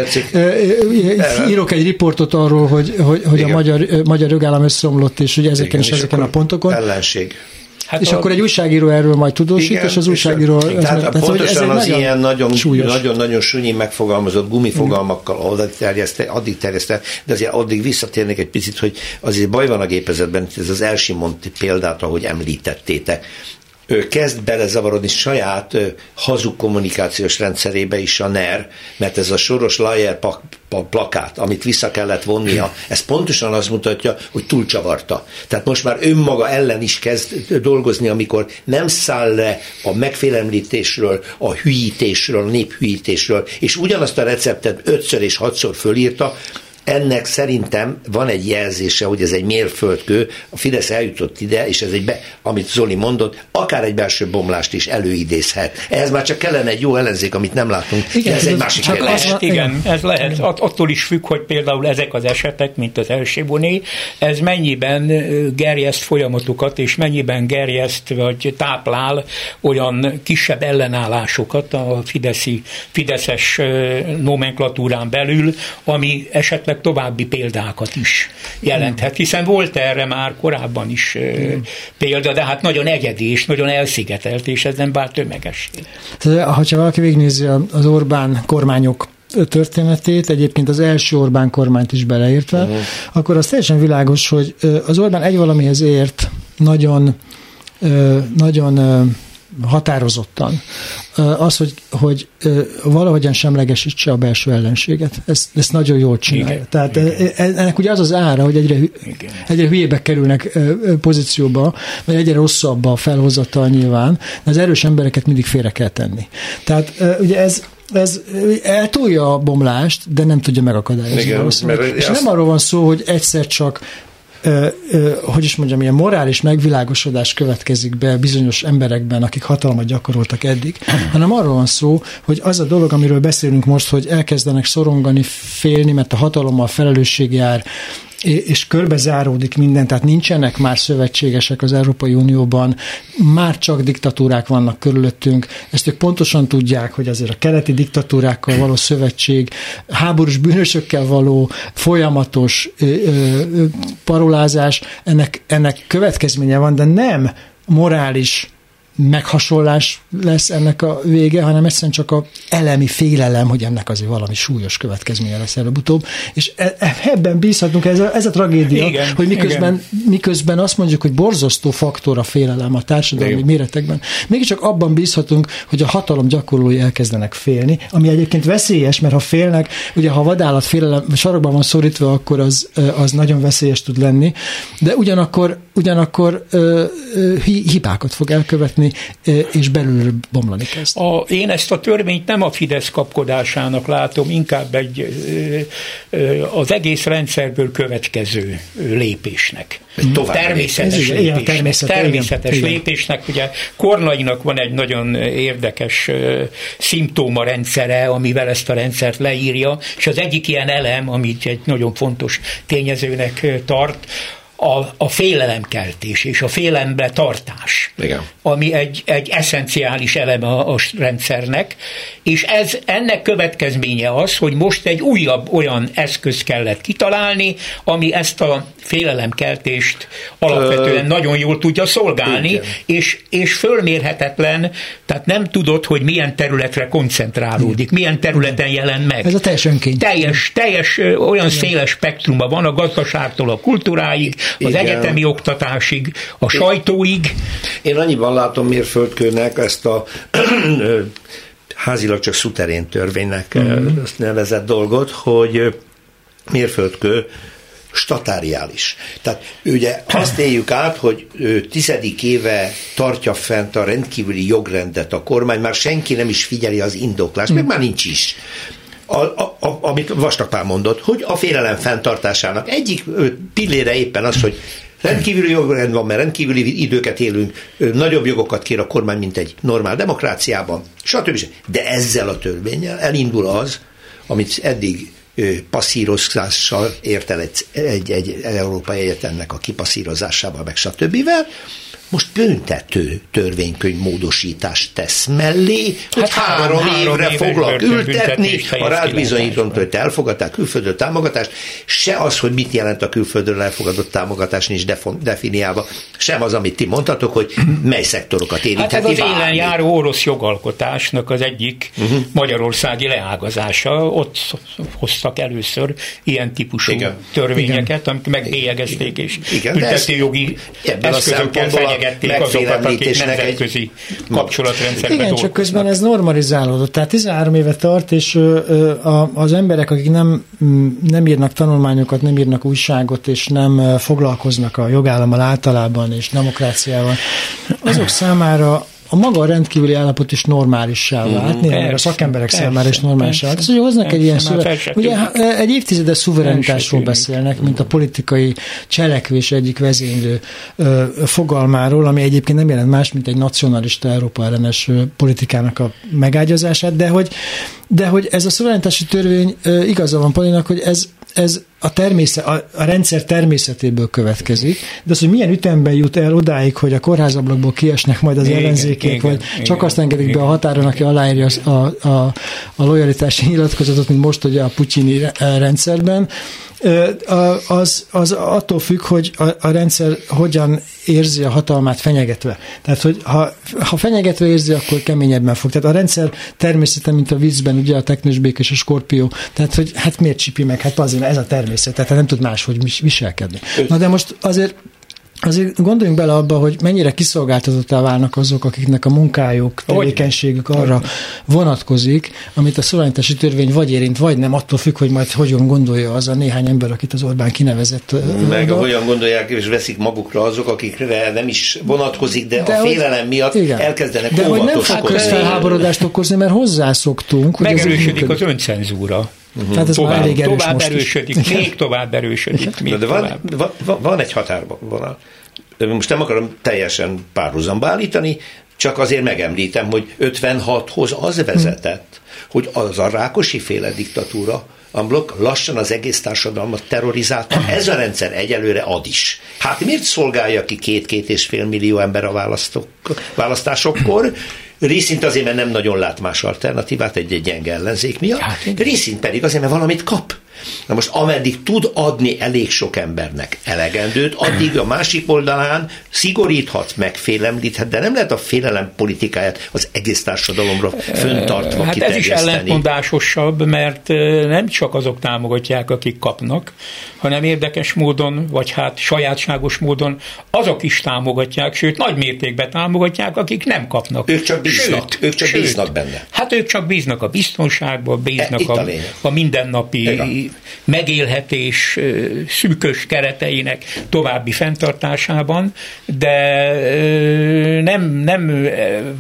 Írok egy riportot arról, hogy, hogy, hogy a magyar, magyar jogállam összeomlott, és hogy ezeken igen, és ezeken a pontokon. Ellenség. Hát és a... akkor egy újságíró erről majd tudósít, igen, és az újságíró... És tehát meg, pontosan az ilyen nagyon-nagyon súnyi megfogalmazott gumifogalmakkal addig terjeszte, addig terjeszte, de azért addig visszatérnék egy picit, hogy azért baj van a gépezetben, ez az Elsimond példát, ahogy említettétek. Ő kezd belezavarodni saját hazug kommunikációs rendszerébe is a NER, mert ez a Soros Lajer plakát, amit vissza kellett vonnia, ez pontosan azt mutatja, hogy túlcsavarta. Tehát most már önmaga ellen is kezd dolgozni, amikor nem száll le a megfélemlítésről, a hülyítésről, a néphülyítésről, és ugyanazt a receptet ötször és hatszor fölírta. Ennek szerintem van egy jelzése, hogy ez egy mérföldkő, a Fidesz eljutott ide, és ez egy, be, amit Zoli mondott, akár egy belső bomlást is előidézhet. Ehhez már csak kellene egy jó ellenzék, amit nem látunk. Igen, ez egy másik kérdés. Igen, igen, ez lehet. Attól is függ, hogy például ezek az esetek, mint az Elsimondé, ez mennyiben gerjeszt folyamatokat, és mennyiben gerjeszt, vagy táplál olyan kisebb ellenállásokat a fideszi, fideszes nomenklatúrán belül, ami esetleg további példákat is jelenthet, hiszen volt erre már korábban is mm. példa, de hát nagyon egyedi és nagyon elszigetelt, és ez nem vált tömegessé. Ha valaki végignézi az Orbán kormányok történetét, egyébként az első Orbán kormányt is beleértve, mm. akkor az teljesen világos, hogy az Orbán egy valamihez ért nagyon, nagyon határozottan. Az, hogy, hogy valahogyan semlegesítse a belső ellenséget. Ezt, ezt nagyon jól csinálja. Igen, Tehát igen. ennek ugye az az ára, hogy egyre, egyre hülyébbek kerülnek pozícióba, vagy egyre rosszabb a felhozattal nyilván, de az erős embereket mindig félre kell tenni. Tehát ugye ez Ez eltolja a bomlást, de nem tudja megakadályozni. Igen, és azt... nem arról van szó, hogy egyszer csak Ö, ö, hogy is mondjam, ilyen morális megvilágosodás következik be bizonyos emberekben, akik hatalmat gyakoroltak eddig, hanem arról van szó, hogy az a dolog, amiről beszélünk most, hogy elkezdenek szorongani, félni, mert a hatalommal felelősség jár, és körbezáródik minden, tehát nincsenek már szövetségesek az Európai Unióban, már csak diktatúrák vannak körülöttünk, ezt ők pontosan tudják, hogy azért a keleti diktatúrákkal való szövetség, háborús bűnösökkel való folyamatos ö, ö, parolázás, ennek, ennek következménye van, de nem morális meghasonlás lesz ennek a vége, hanem egyszerűen csak a elemi félelem, hogy ennek azért valami súlyos következménye lesz előbb-utóbb. És ebben bízhatunk, ez a, ez a tragédia, igen, hogy miközben, miközben azt mondjuk, hogy borzasztó faktor a félelem a társadalmi igen. méretekben, mégiscsak abban bízhatunk, hogy a hatalom gyakorlói elkezdenek félni, ami egyébként veszélyes, mert ha félnek, ugye ha a vadállat félelem sarokban van szorítva, akkor az, az nagyon veszélyes tud lenni, de ugyanakkor, ugyanakkor ö, ö, hibákat fog elkövetni, és belül bomlani kezd. A, én ezt a törvényt nem a Fidesz kapkodásának látom, inkább egy az egész rendszerből következő lépésnek. Természetes igen, lépésnek. Természet, természetes igen, lépésnek. Ugye Kornainak van egy nagyon érdekes szimptóma rendszere, amivel ezt a rendszert leírja, és az egyik ilyen elem, amit egy nagyon fontos tényezőnek tart, A, a félelemkeltés és a félelembe tartás, igen. ami egy, egy eszenciális eleme a, a rendszernek, és ez, ennek következménye az, hogy most egy újabb olyan eszköz kellett kitalálni, ami ezt a félelemkeltést alapvetően Ö... nagyon jól tudja szolgálni, és, és fölmérhetetlen, tehát nem tudod, hogy milyen területre koncentrálódik, milyen területen jelen meg. Ez a teljes önkény. Teljes, teljes olyan széles spektruma van a gazdaságtól a kultúráig, az igen. egyetemi oktatásig, a sajtóig. Én annyiban látom mérföldkőnek ezt a házilag csak szuterén törvénynek mm-hmm. nevezett dolgot, hogy mérföldkő statáriális. Tehát ugye azt éljük át, hogy tizedik éve tartja fent a rendkívüli jogrendet a kormány, már senki nem is figyeli az indoklást, mm. meg már nincs is. A, a, a, amit Vastag Pál mondott, hogy a félelem fenntartásának egyik pillére éppen az, hogy rendkívüli jogrend van, mert rendkívüli időket élünk, nagyobb jogokat kér a kormány, mint egy normál demokráciában, stb. De ezzel a törvénnyel elindul az, amit eddig passzírozással ért el egy, egy, egy európai egyetemnek a kipasszírozásával, meg stb. most büntető törvénykönyv módosítást tesz mellé, hogy hát három, három évre foglak ültetni, ha rád bizonyítom, hogy te elfogadtál külföldről támogatást, se az, hogy mit jelent a külföldről elfogadott támogatás nincs definiálva, sem az, amit ti mondtatok, hogy mely szektorokat érintheti. Hát ez az élen járó orosz jogalkotásnak az egyik uh-huh. magyarországi leágazása. Ott hoztak először ilyen típusú igen. törvényeket, igen. amik megbélyegezték és büntetőjogi eszközökkel fenyegették azokat, akik nemzetközi kapcsolatrendszerbe dolgoznak. Igen, csak közben ez normalizálódott. Tehát tizenhárom éve tart, és az emberek, akik nem, nem írnak tanulmányokat, nem írnak újságot, és nem foglalkoznak a jogállammal általában, és demokráciával, azok számára a maga a rendkívüli állapot is normálissá vált, mm, persze, a szakemberek persze, számára is normálissá vált. Szóval hoznak persze, egy ilyen szuver... Ugye egy évtizedes szuverenitásról beszélnek, mint a politikai cselekvés egyik vezénylő ö, fogalmáról, ami egyébként nem jelent más, mint egy nacionalista Európa ellenes politikának a megágyazását, de hogy, de hogy ez a szuverenitási törvény ö, igaza van Palinak, hogy ez ez a, természet, a, a rendszer természetéből következik, de az, hogy milyen ütemben jut el odáig, hogy a kórházablakból kiesnek majd az ellenzékék, vagy igen, csak azt engedik igen, be a határon, aki aláírja a, a, a lojalitási nyilatkozatot, mint most ugye a putyini rendszerben, az, az attól függ, hogy a, a rendszer hogyan érzi a hatalmát fenyegetve. Tehát, hogy ha, ha fenyegetve érzi, akkor keményebben fog. Tehát a rendszer természete, mint a vízben, ugye a teknősbék és a skorpió. Tehát, hogy hát miért csipi meg? Hát azért ez a természet, tehát nem tud máshogy viselkedni. Na de most azért Azért gondoljunk bele abba, hogy mennyire kiszolgáltatottá válnak azok, akiknek a munkájuk, tevékenységük arra vonatkozik, amit a szuverenitási törvény vagy érint, vagy nem, attól függ, hogy majd hogyan gondolja az a néhány ember, akit az Orbán kinevezett. Meg oda. Hogyan gondolják és veszik magukra azok, akikre nem is vonatkozik, de, de a félelem miatt igen. elkezdenek de óvatoskodni. De hogy nem fog közfelháborodást okozni, mert hozzászoktunk. Megerősödik az öncenzúra. Uh-huh. Tehát ez tovább, elég erős tovább most erősödik, is. még tovább erősödik. Még de van, tovább. van, van egy határvonal. Most nem akarom teljesen párhuzamba állítani, csak azért megemlítem, hogy ötvenhathoz az vezetett, hogy az a Rákosi féle diktatúra, amblok lassan az egész társadalmat terrorizálta. Ez a rendszer egyelőre ad is. Hát miért szolgálja ki két-két és fél millió ember a választók, választásokkor? Részint azért, mert nem nagyon lát más alternatívát egy-egy gyenge ellenzék miatt, részint pedig azért, mert valamit kap. Na most ameddig tud adni elég sok embernek elegendőt, addig a másik oldalán szigoríthat, megfélemlíthet, de nem lehet a félelem politikáját az egész társadalomra föntartva hát kiterjeszteni. Ez is ellentmondásosabb, mert nem csak azok támogatják, akik kapnak, hanem érdekes módon, vagy hát sajátságos módon azok is támogatják, sőt nagy mértékben támogatják, akik nem kapnak. Ők csak bíznak, sőt, ők csak sőt, bíznak benne. Hát ők csak bíznak a biztonságban, bíznak e, a, a mindennapi Igen. megélhetés szűkös kereteinek további fenntartásában, de nem, nem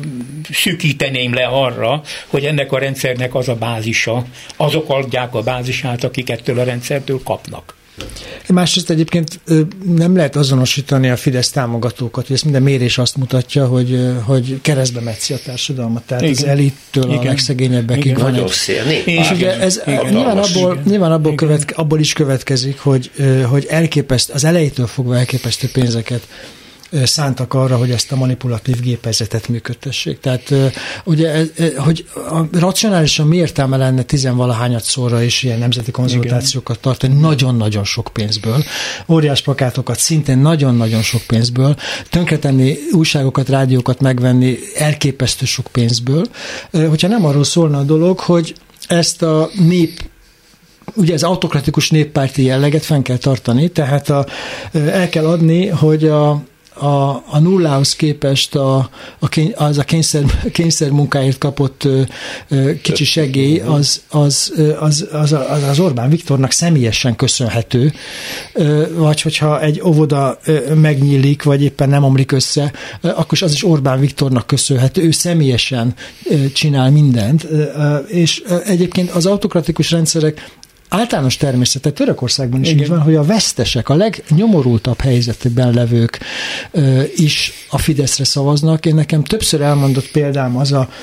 szűkíteném le arra, hogy ennek a rendszernek az a bázisa, azok adják a bázisát, akik ettől a rendszertől kapnak. Másrészt egyébként nem lehet azonosítani a Fidesz támogatókat, hogy ezt minden mérés azt mutatja, hogy, hogy keresztbe metszi a társadalmat, tehát igen. az elittől a legszegényebbekig van egy. És ugye ez igen. nyilván, abból, nyilván abból, követke, abból is következik, hogy, hogy elképeszt, az elejétől fogva elképesztő pénzeket szántak arra, hogy ezt a manipulatív gépezetet működtessék. Tehát ugye, hogy racionálisan mi értelme lenne tizenvalahányat szóra és ilyen nemzeti konzultációkat tartani nagyon-nagyon sok pénzből, óriás plakátokat szintén nagyon-nagyon sok pénzből, tönkretenni újságokat, rádiókat megvenni elképesztő sok pénzből, hogyha nem arról szólna a dolog, hogy ezt a nép ugye az autokratikus néppárti jelleget fenn kell tartani, tehát a, el kell adni, hogy a A, a nullához képest a, a kény, az a kényszer, kényszer munkáért kapott ö, ö, kicsi segély az az, az, az, az az Orbán Viktornak személyesen köszönhető, ö, vagy hogyha egy óvoda ö, megnyílik, vagy éppen nem omlik össze, ö, akkor is az is Orbán Viktornak köszönhető, ő személyesen ö, csinál mindent, ö, és ö, egyébként az autokratikus rendszerek általános természete Törökországban is így van, hogy a vesztesek, a legnyomorultabb helyzetben levők ö, is a Fideszre szavaznak. Én nekem többször elmondott példám az a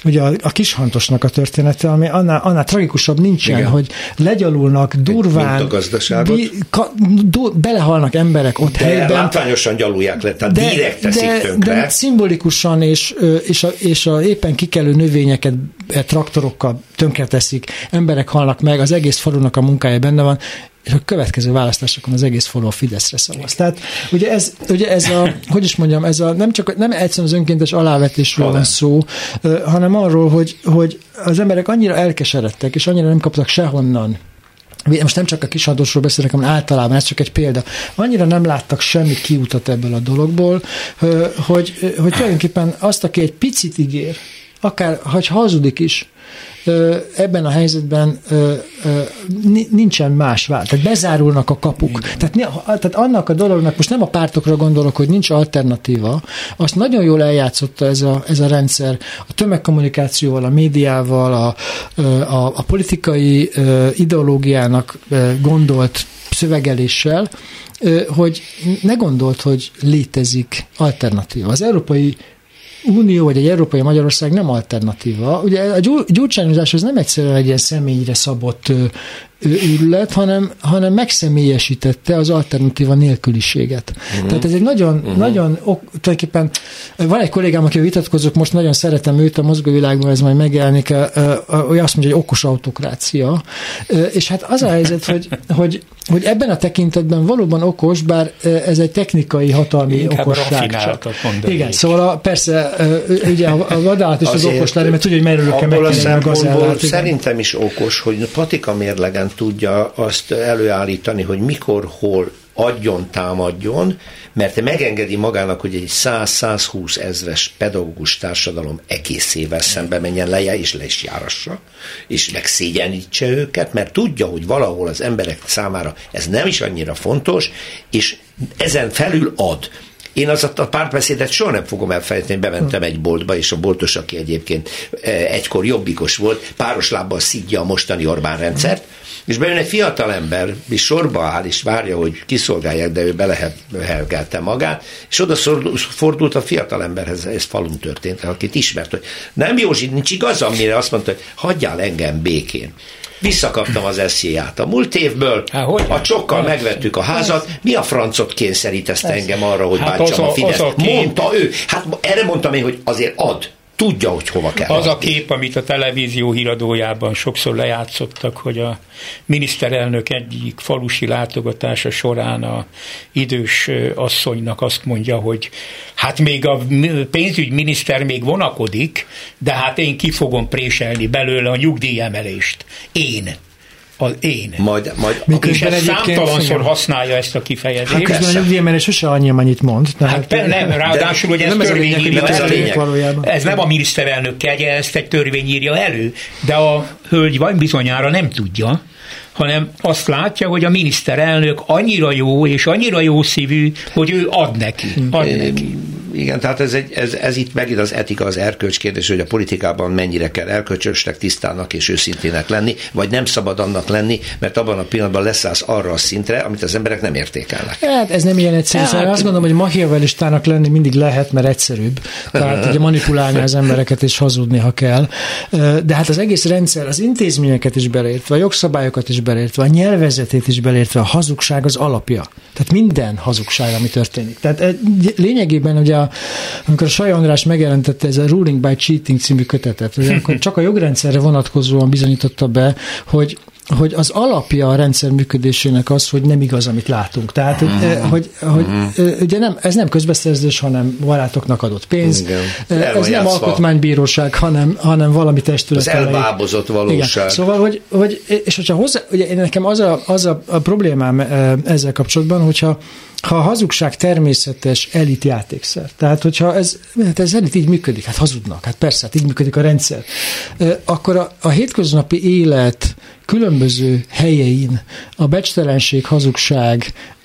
ugye a, a Kishantosnak a története, ami annál, annál tragikusabb nincsen, igen. hogy legyalulnak durván, mint a gazdaságot. Bi, ka, do, belehalnak emberek ott de helyben. látványosan gyalulják le, tehát de, direkt teszik de, tönkre. De szimbolikusan és, és, a, és a éppen kikelő növényeket traktorokkal tönkreteszik, emberek halnak meg, az egész falunak a munkája benne van, és a következő választásokon az egész falu a Fideszre szavaz. Tehát ugye ez, ugye ez a, hogy is mondjam, ez a, nem csak nem egyszerűen az önkéntes alávetésről van szó, hanem arról, hogy, hogy az emberek annyira elkeseredtek, és annyira nem kaptak sehonnan. Most nem csak a Kishantosról beszélek, hanem általában, ez csak egy példa. Annyira nem láttak semmi kiutat ebből a dologból, hogy, hogy tulajdonképpen azt, aki egy picit ígér, akár ha hazudik is, ebben a helyzetben nincsen más vált. Tehát bezárulnak a kapuk. Tehát, tehát annak a dolognak, most nem a pártokra gondolok, hogy nincs alternatíva, azt nagyon jól eljátszotta ez a, ez a rendszer a tömegkommunikációval, a médiával, a, a, a politikai ideológiának gondolt szövegeléssel, hogy ne gondolt, hogy létezik alternatíva. Az Európai Unió vagy egy európai Magyarország nem alternatíva. Ugye a gyurcsányozás az nem egyszerűen egy ilyen személyre szabott őrület, hanem, hanem megszemélyesítette az alternatíva nélküliséget. Uh-huh. Tehát ez egy nagyon, uh-huh. nagyon ok, tulajdonképpen van egy kollégám, akivel vitatkozok, most nagyon szeretem őt, a mozgóvilágban ez majd megjelenik, hogy azt mondja, hogy okos autokrácia. És hát az a helyzet, hogy, hogy, hogy ebben a tekintetben valóban okos, bár ez egy technikai hatalmi inkább okosság. Igen, szóval a, persze ugye a vadállat is az okos lenni, mert tudja, hogy merülök kell megkérni a gazellát. Szerintem is okos, hogy patika mérlegen tudja azt előállítani, hogy mikor, hol adjon, támadjon, mert megengedi magának, hogy egy száz-százhúsz ezres pedagógus társadalom egészével szembe menjen le, és le is járassa, és megszégyenítse őket, mert tudja, hogy valahol az emberek számára ez nem is annyira fontos, és ezen felül ad. Én az a párbeszédet soha nem fogom elfelejteni, bementem egy boltba, és a boltos, aki egyébként egykor jobbikos volt, páros lábbal szidja a mostani Orbán rendszert, és bejön egy fiatal ember, és sorba áll, és várja, hogy kiszolgálják, de ő belehelgelte magát, és oda fordult a fiatal emberhez, ez falun történt, akit ismert, hogy nem Józsi, nincs igazam, mire azt mondta, hogy hagyjál engem békén. Visszakaptam az eszéját a múlt évből, Há, a csokkal hát, megvettük a házat, mi a francot kényszerítette engem arra, hogy hát bántsam a, a Fidesz? A mondta ő. Hát erre mondtam én, hogy azért ad. Tudja, hogy hova kell. Az adni. A kép, amit a televízió híradójában sokszor lejátszottak, hogy a miniszterelnök egyik falusi látogatása során a idős asszonynak azt mondja, hogy hát még a pénzügyminiszter még vonakodik, de hát én ki fogom préselni belőle a nyugdíjemelést. Én. Az én. Majd, majd és ez számtalanszor használja ezt a kifejezést. Hát közben a nyugdíjemelés sose annyi, amennyit mond. Hát pe, nem, ráadásul, hogy ez törvény írja elő. Ez nem a miniszterelnök kegye, ezt egy törvény írja elő, de a hölgy vagy bizonyára nem tudja, hanem azt látja, hogy a miniszterelnök annyira jó és annyira jó szívű, hogy ő ad neki. Ad é, neki. Igen, tehát ez, egy, ez, ez itt megint az etika, az erkölcs kérdés, hogy a politikában mennyire kell erkölcsösnek, tisztának és őszintének lenni, vagy nem szabad annak lenni, mert abban a pillanatban leszállsz arra a szintre, amit az emberek nem értékelnek. Hát ez nem ilyen egyszerű. Hát, szóval azt gondolom, hogy machiavellistának lenni mindig lehet, mert egyszerűbb. Tehát ugye manipulálni az embereket és hazudni, ha kell. De hát az egész rendszer, az intézményeket is beleértve, a jogszabályokat is beleértve, a nyelvezetét is beleértve, a hazugság az alapja. Tehát minden hazugság, ami történik. Tehát lényegében ugye, amikor a Sajó András megjelentette ez a Ruling by Cheating című kötetet, ugye, akkor csak a jogrendszerre vonatkozóan bizonyította be, hogy hogy az alapja a rendszer működésének az, hogy nem igaz, amit látunk. Tehát, mm. hogy, hogy mm. ugye nem, ez nem közbeszerzés, hanem barátoknak adott pénz. Igen. Ez nem alkotmánybíróság, hanem, hanem valami testület. Az elbábozott valóság. Igen. Szóval, hogy, hogy és hogyha hozzá, ugye nekem az a, az a, a problémám ezzel kapcsolatban, hogyha ha a hazugság természetes elit játékszer, tehát hogyha ez, hát ez elit így működik, hát hazudnak, hát persze, hát így működik a rendszer, akkor a, a hétköznapi élet különböző helyein a becstelenség, hazugság,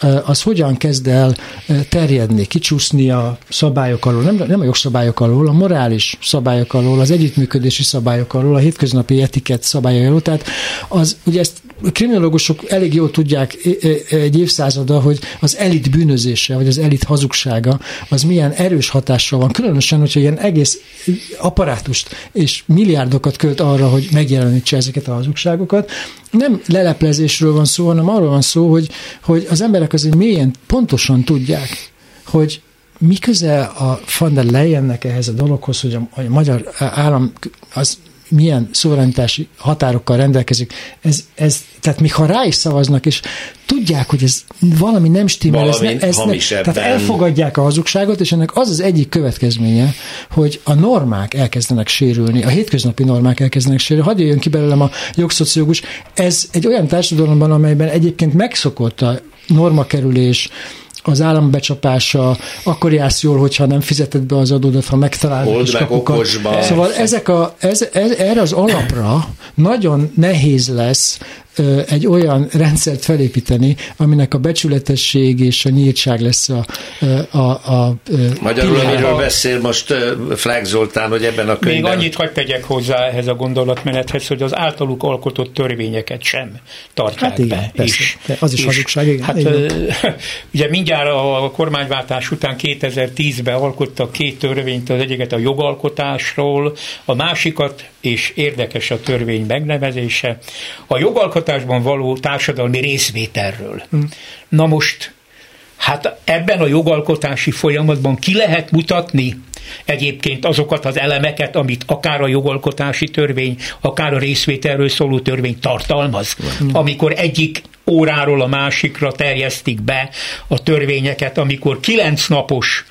az hogyan kezd el terjedni, kicsúszni a szabályok alól, nem, nem a jogszabályok alól, a morális szabályok alól, az együttműködési szabályok alól, a hétköznapi etikett szabályok alól. Tehát az, ugye ezt kriminológusok elég jól tudják egy évszázada, hogy az elit bűnözése, vagy az elit hazugsága, az milyen erős hatással van. Különösen, hogyha ilyen egész apparátust és milliárdokat költ arra, hogy megjelenítse ezeket a hazugságokat. Nem leleplezésről van szó, hanem arról van szó, hogy, hogy az emberek azért mélyen pontosan tudják, hogy mi köze a von der Leyennek ehhez a dologhoz, hogy a, a magyar állam az milyen szuverenitási határokkal rendelkezik. Ez, ez, tehát még ha rá is szavaznak, és tudják, hogy ez valami nem stimmel, ez, ne, ez ne, tehát elfogadják a hazugságot, és ennek az az egyik következménye, hogy a normák elkezdenek sérülni, a hétköznapi normák elkezdenek sérülni. Hadd jöjjön ki belőlem a jogszociológus. Ez egy olyan társadalomban, amelyben egyébként megszokott a normakerülés, az állam becsapása, akkor jársz jól, hogyha nem fizeted be az adódat, ha megtalálod a kiskapukat. Szóval ezek a, ez, ez, erre az alapra nagyon nehéz lesz ö, egy olyan rendszert felépíteni, aminek a becsületesség és a nyíltság lesz a, a, a, a Magyarul, amiről beszél most Flák Zoltán, hogy ebben a könyvben... Még annyit hadd tegyek hozzá ehhez a gondolatmenethez, hogy az általuk alkotott törvényeket sem tartják hát igen, be. Persze, és, az is és, hazugság, igen. Hát, igen. Ugye mindjárt a kormányváltás után kétezer-tízben alkottak két törvényt, az egyiket a jogalkotásról, a másikat, és érdekes a törvény megnevezése, a jogalkotásban való társadalmi részvételről. Hmm. Na most, hát ebben a jogalkotási folyamatban ki lehet mutatni egyébként azokat az elemeket, amit akár a jogalkotási törvény, akár a részvételről szóló törvény tartalmaz. Hmm. Amikor egyik óráról a másikra terjesztik be a törvényeket, amikor kilenc napos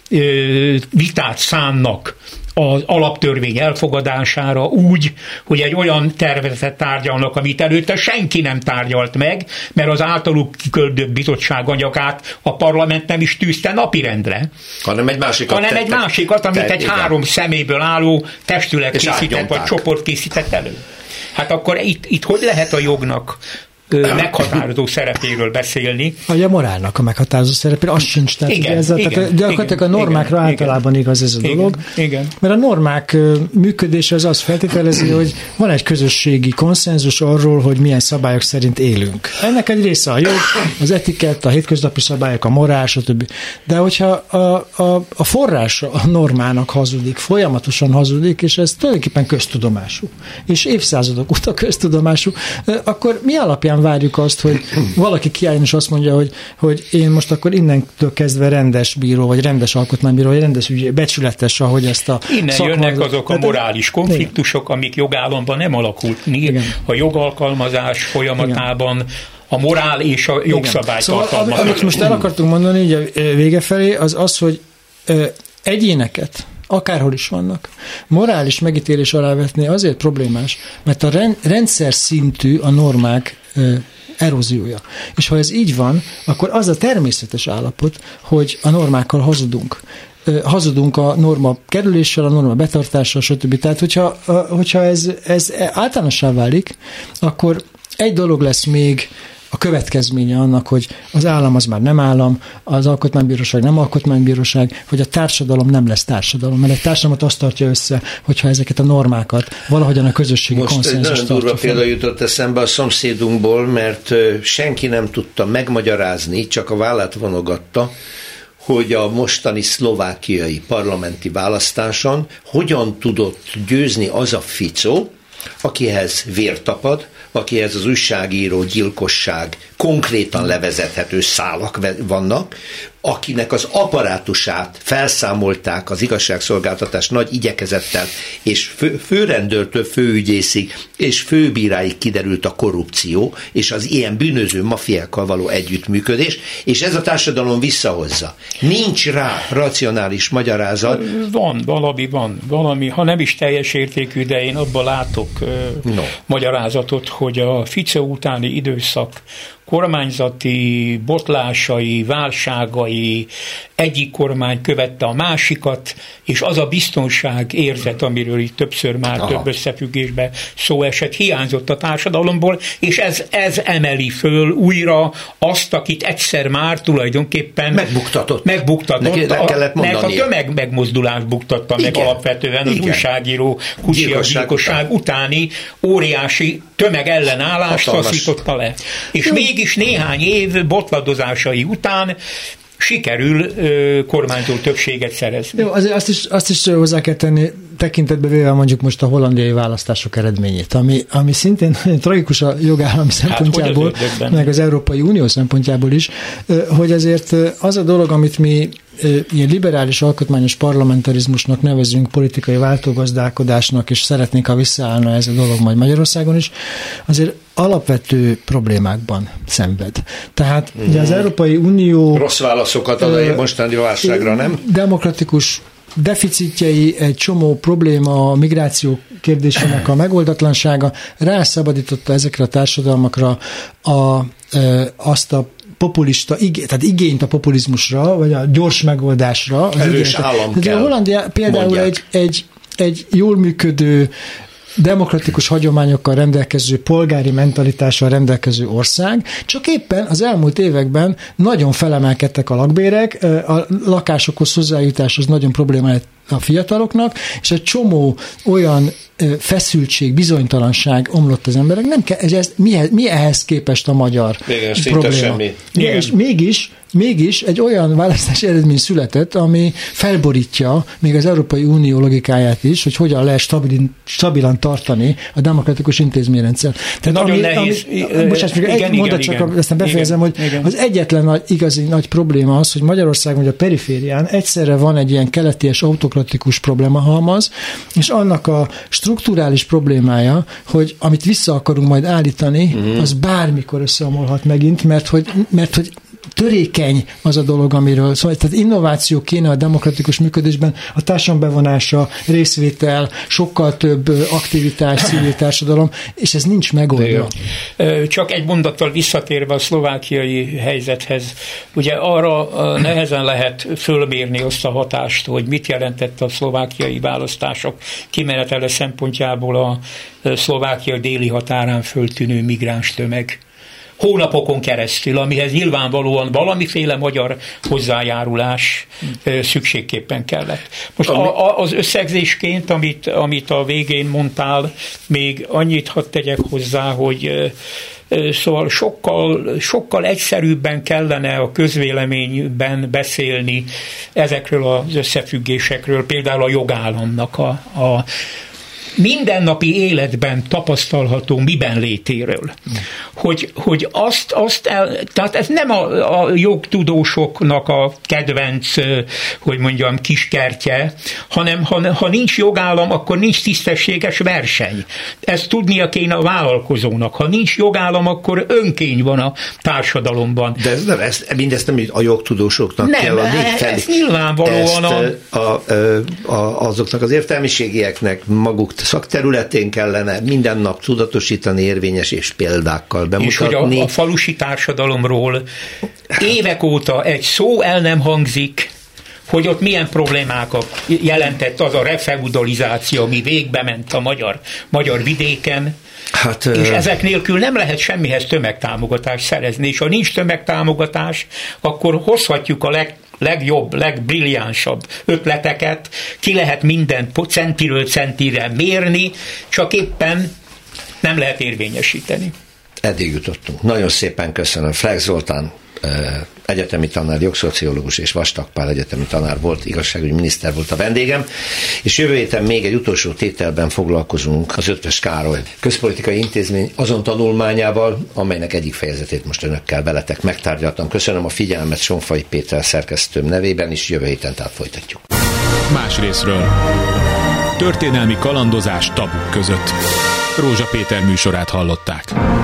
ö, vitát szánnak az alaptörvény elfogadására úgy, hogy egy olyan tervezetet tárgyalnak, amit előtte senki nem tárgyalt meg, mert az általuk kiküldött bizottság anyagát a parlament nem is tűzte napirendre. Hanem egy másikat. Hanem egy másikat, amit te, egy igen. három szeméből álló testület és készített, vagy csoport készített elő. Hát akkor itt, itt hogy lehet a jognak meghatározó szerepéről beszélni. Vagy a morálnak a meghatározó szerepéről, az sincs. Tehát igen, ez a, igen, tehát gyakorlatilag a normákra igen, általában igen, igaz ez a dolog. Igen, igen. Mert a normák működése az azt feltételezi, hogy van egy közösségi konszenzus arról, hogy milyen szabályok szerint élünk. Ennek egy része a jog, az etikett, a hétköznapi szabályok, a morál, stb. De hogyha a, a, a forrása a normának hazudik, folyamatosan hazudik, és ez tulajdonképpen köztudomású, és évszázadok óta köztudomású, akkor mi alapján várjuk azt, hogy valaki kiálljon és azt mondja, hogy, hogy én most akkor innentől kezdve rendes bíró, vagy rendes alkotmánybíró, vagy rendes ügy, becsületes, ahogy ezt a Innen szakma... jönnek azok a morális konfliktusok, amik jogállamban nem alakult ki. A jogalkalmazás folyamatában igen. a morál és a jogszabály szóval, tartalmaz. Amit most el akartunk mondani így a vége felé, az az, hogy egyéneket akárhol is vannak. Morális megítélés alá vetni azért problémás, mert a rendszer szintű a normák eróziója. És ha ez így van, akkor az a természetes állapot, hogy a normákkal hazudunk. Hazudunk a norma kerüléssel, a norma betartással, stb. Tehát, hogyha, hogyha ez, ez általánossá válik, akkor egy dolog lesz még a következménye annak, hogy az állam az már nem állam, az alkotmánybíróság nem alkotmánybíróság, hogy a társadalom nem lesz társadalom, mert egy társadalmat azt tartja össze, hogyha ezeket a normákat valahogyan a közösségi konszenzus tartja. Most nagyon durva példa jutott eszembe a szomszédunkból, mert senki nem tudta megmagyarázni, csak a vállát vonogatta, hogy a mostani szlovákiai parlamenti választáson hogyan tudott győzni az a Fico, akihez vér tapad, akihez az újságíró gyilkosság konkrétan levezethető szálak vannak, akinek az apparátusát felszámolták az igazságszolgáltatás nagy igyekezettel, és fő, főrendőrtől főügyészig és főbíráig kiderült a korrupció, és az ilyen bűnöző mafiákkal való együttműködés, és ez a társadalom visszahozza. Nincs rá racionális magyarázat. Van, valami van, valami, ha nem is teljes értékű, de én abban látok uh, no. magyarázatot, hogy a Fico utáni időszak kormányzati botlásai, válságai egyik kormány követte a másikat, és az a biztonság érzet, amiről itt többször már Aha. több összefüggésben szó esett, hiányzott a társadalomból, és ez, ez emeli föl újra azt, akit egyszer már tulajdonképpen megbuktatott. megbuktatott Neki le kellett a, mert a mondania. tömeg megmozdulást buktatta Igen. meg alapvetően az Igen. újságíró kucsiagyilkosság utáni óriási tömegellenállást taszította le. És mégis néhány év botladozásai után sikerül ö, kormányzó többséget szerezni. Jó, azért azt is, azt is hozzá kell tenni, tekintetbe véve mondjuk most a hollandiai választások eredményét, ami, ami szintén tragikus a jogállami szempontjából, hát, meg az Európai Unió szempontjából is, hogy azért az a dolog, amit mi ilyen liberális alkotmányos parlamentarizmusnak nevezünk, politikai váltógazdálkodásnak, és szeretnénk, ha visszaállna ez a dolog majd Magyarországon is, azért alapvető problémákban szenved. Tehát mm. ugye az Európai Unió... Rossz válaszokat ad a mostani válságra, nem? Demokratikus deficitjei, egy csomó probléma, a migráció kérdésének a megoldatlansága rászabadította ezekre a társadalmakra a, e, azt a populista, igé, tehát igényt a populizmusra, vagy a gyors megoldásra. Erős állam kell. A Hollandia például egy, egy, egy jól működő, demokratikus hagyományokkal rendelkező, polgári mentalitással rendelkező ország, csak éppen az elmúlt években nagyon felemelkedtek a lakbérek, a lakásokhoz hozzájutás az nagyon problémája a fiataloknak, és egy csomó olyan feszültség, bizonytalanság omlott az emberek. Nem kell, ez, mi, mi ehhez képest a magyar igen, probléma? Semmi. Igen, és mégis Mégis egy olyan választási eredmény született, ami felborítja még az Európai Unió logikáját is, hogy hogyan lehet stabilan, stabilan tartani a demokratikus intézményrendszer. Tehát nagyon ami, nehéz. Ami, bocsánat, igen, egy mondat csak, igen, aztán befejezem, igen, hogy igen. Az egyetlen nagy, igazi nagy probléma az, hogy Magyarországon, vagy a periférián egyszerre van egy ilyen keleties autokratikus problémahalmaz, és annak a strukturális problémája, hogy amit vissza akarunk majd állítani, mm. az bármikor összeomolhat megint, mert hogy, mert hogy törékeny az a dolog, amiről szóval, tehát innováció kéne a demokratikus működésben, a társadalom bevonása, részvétel, sokkal több aktivitás, civil társadalom, és ez nincs megoldva. Csak egy mondattal visszatérve a szlovákiai helyzethez, ugye arra nehezen lehet fölmérni azt a hatást, hogy mit jelentett a szlovákiai választások kimenetele szempontjából a Szlovákia déli határán föltűnő migráns tömeg. Hónapokon keresztül, amihez nyilvánvalóan valamiféle magyar hozzájárulás szükségképpen kellett. Most a, a, az összegzésként, amit, amit a végén mondtál, még annyit hadd tegyek hozzá, hogy szóval sokkal, sokkal egyszerűbben kellene a közvéleményben beszélni ezekről az összefüggésekről, például a jogállamnak a, a mindennapi életben tapasztalható miben létéről. Hogy, hogy azt, azt el, tehát ez nem a, a jogtudósoknak a kedvenc, hogy mondjam, kiskertje, hanem ha, ha nincs jogállam, akkor nincs tisztességes verseny. Ezt tudnia kéne a vállalkozónak. Ha nincs jogállam, akkor önkény van a társadalomban. De ez nem, ez, mindezt nem a jogtudósoknak nem, kell adni. Nem, ez nyilvánvalóan a, a, a, a, azoknak az értelmiségieknek maguk szakterületén kellene minden nap tudatosítani, érvényes és példákkal bemutatni. És hogy a, a falusi társadalomról évek óta egy szó el nem hangzik, hogy ott milyen problémákat jelentett az a refeudalizáció, ami végbe ment a magyar, magyar vidéken, hát, és ezek nélkül nem lehet semmihez tömegtámogatást szerezni, és ha nincs tömegtámogatás, akkor hozhatjuk a leg legjobb, legbrilliánsabb ötleteket, ki lehet minden centiről centire mérni, csak éppen nem lehet érvényesíteni. Eddig jutottunk. Nagyon szépen köszönöm. Flex Zoltán egyetemi tanár, jogszociológus és Vastag Pál egyetemi tanár volt, igazságügyi miniszter volt a vendégem, és jövő héten még egy utolsó tételben foglalkozunk az Ötvös Károly Közpolitikai Intézmény azon tanulmányával, amelynek egyik fejezetét most önökkel veletek megtárgyaltam. Köszönöm a figyelmet Sonfai Péter szerkesztőm nevében, és jövő héten tehát folytatjuk. Más részről. Történelmi kalandozás tabuk között. Rózsa Péter műsorát hallották.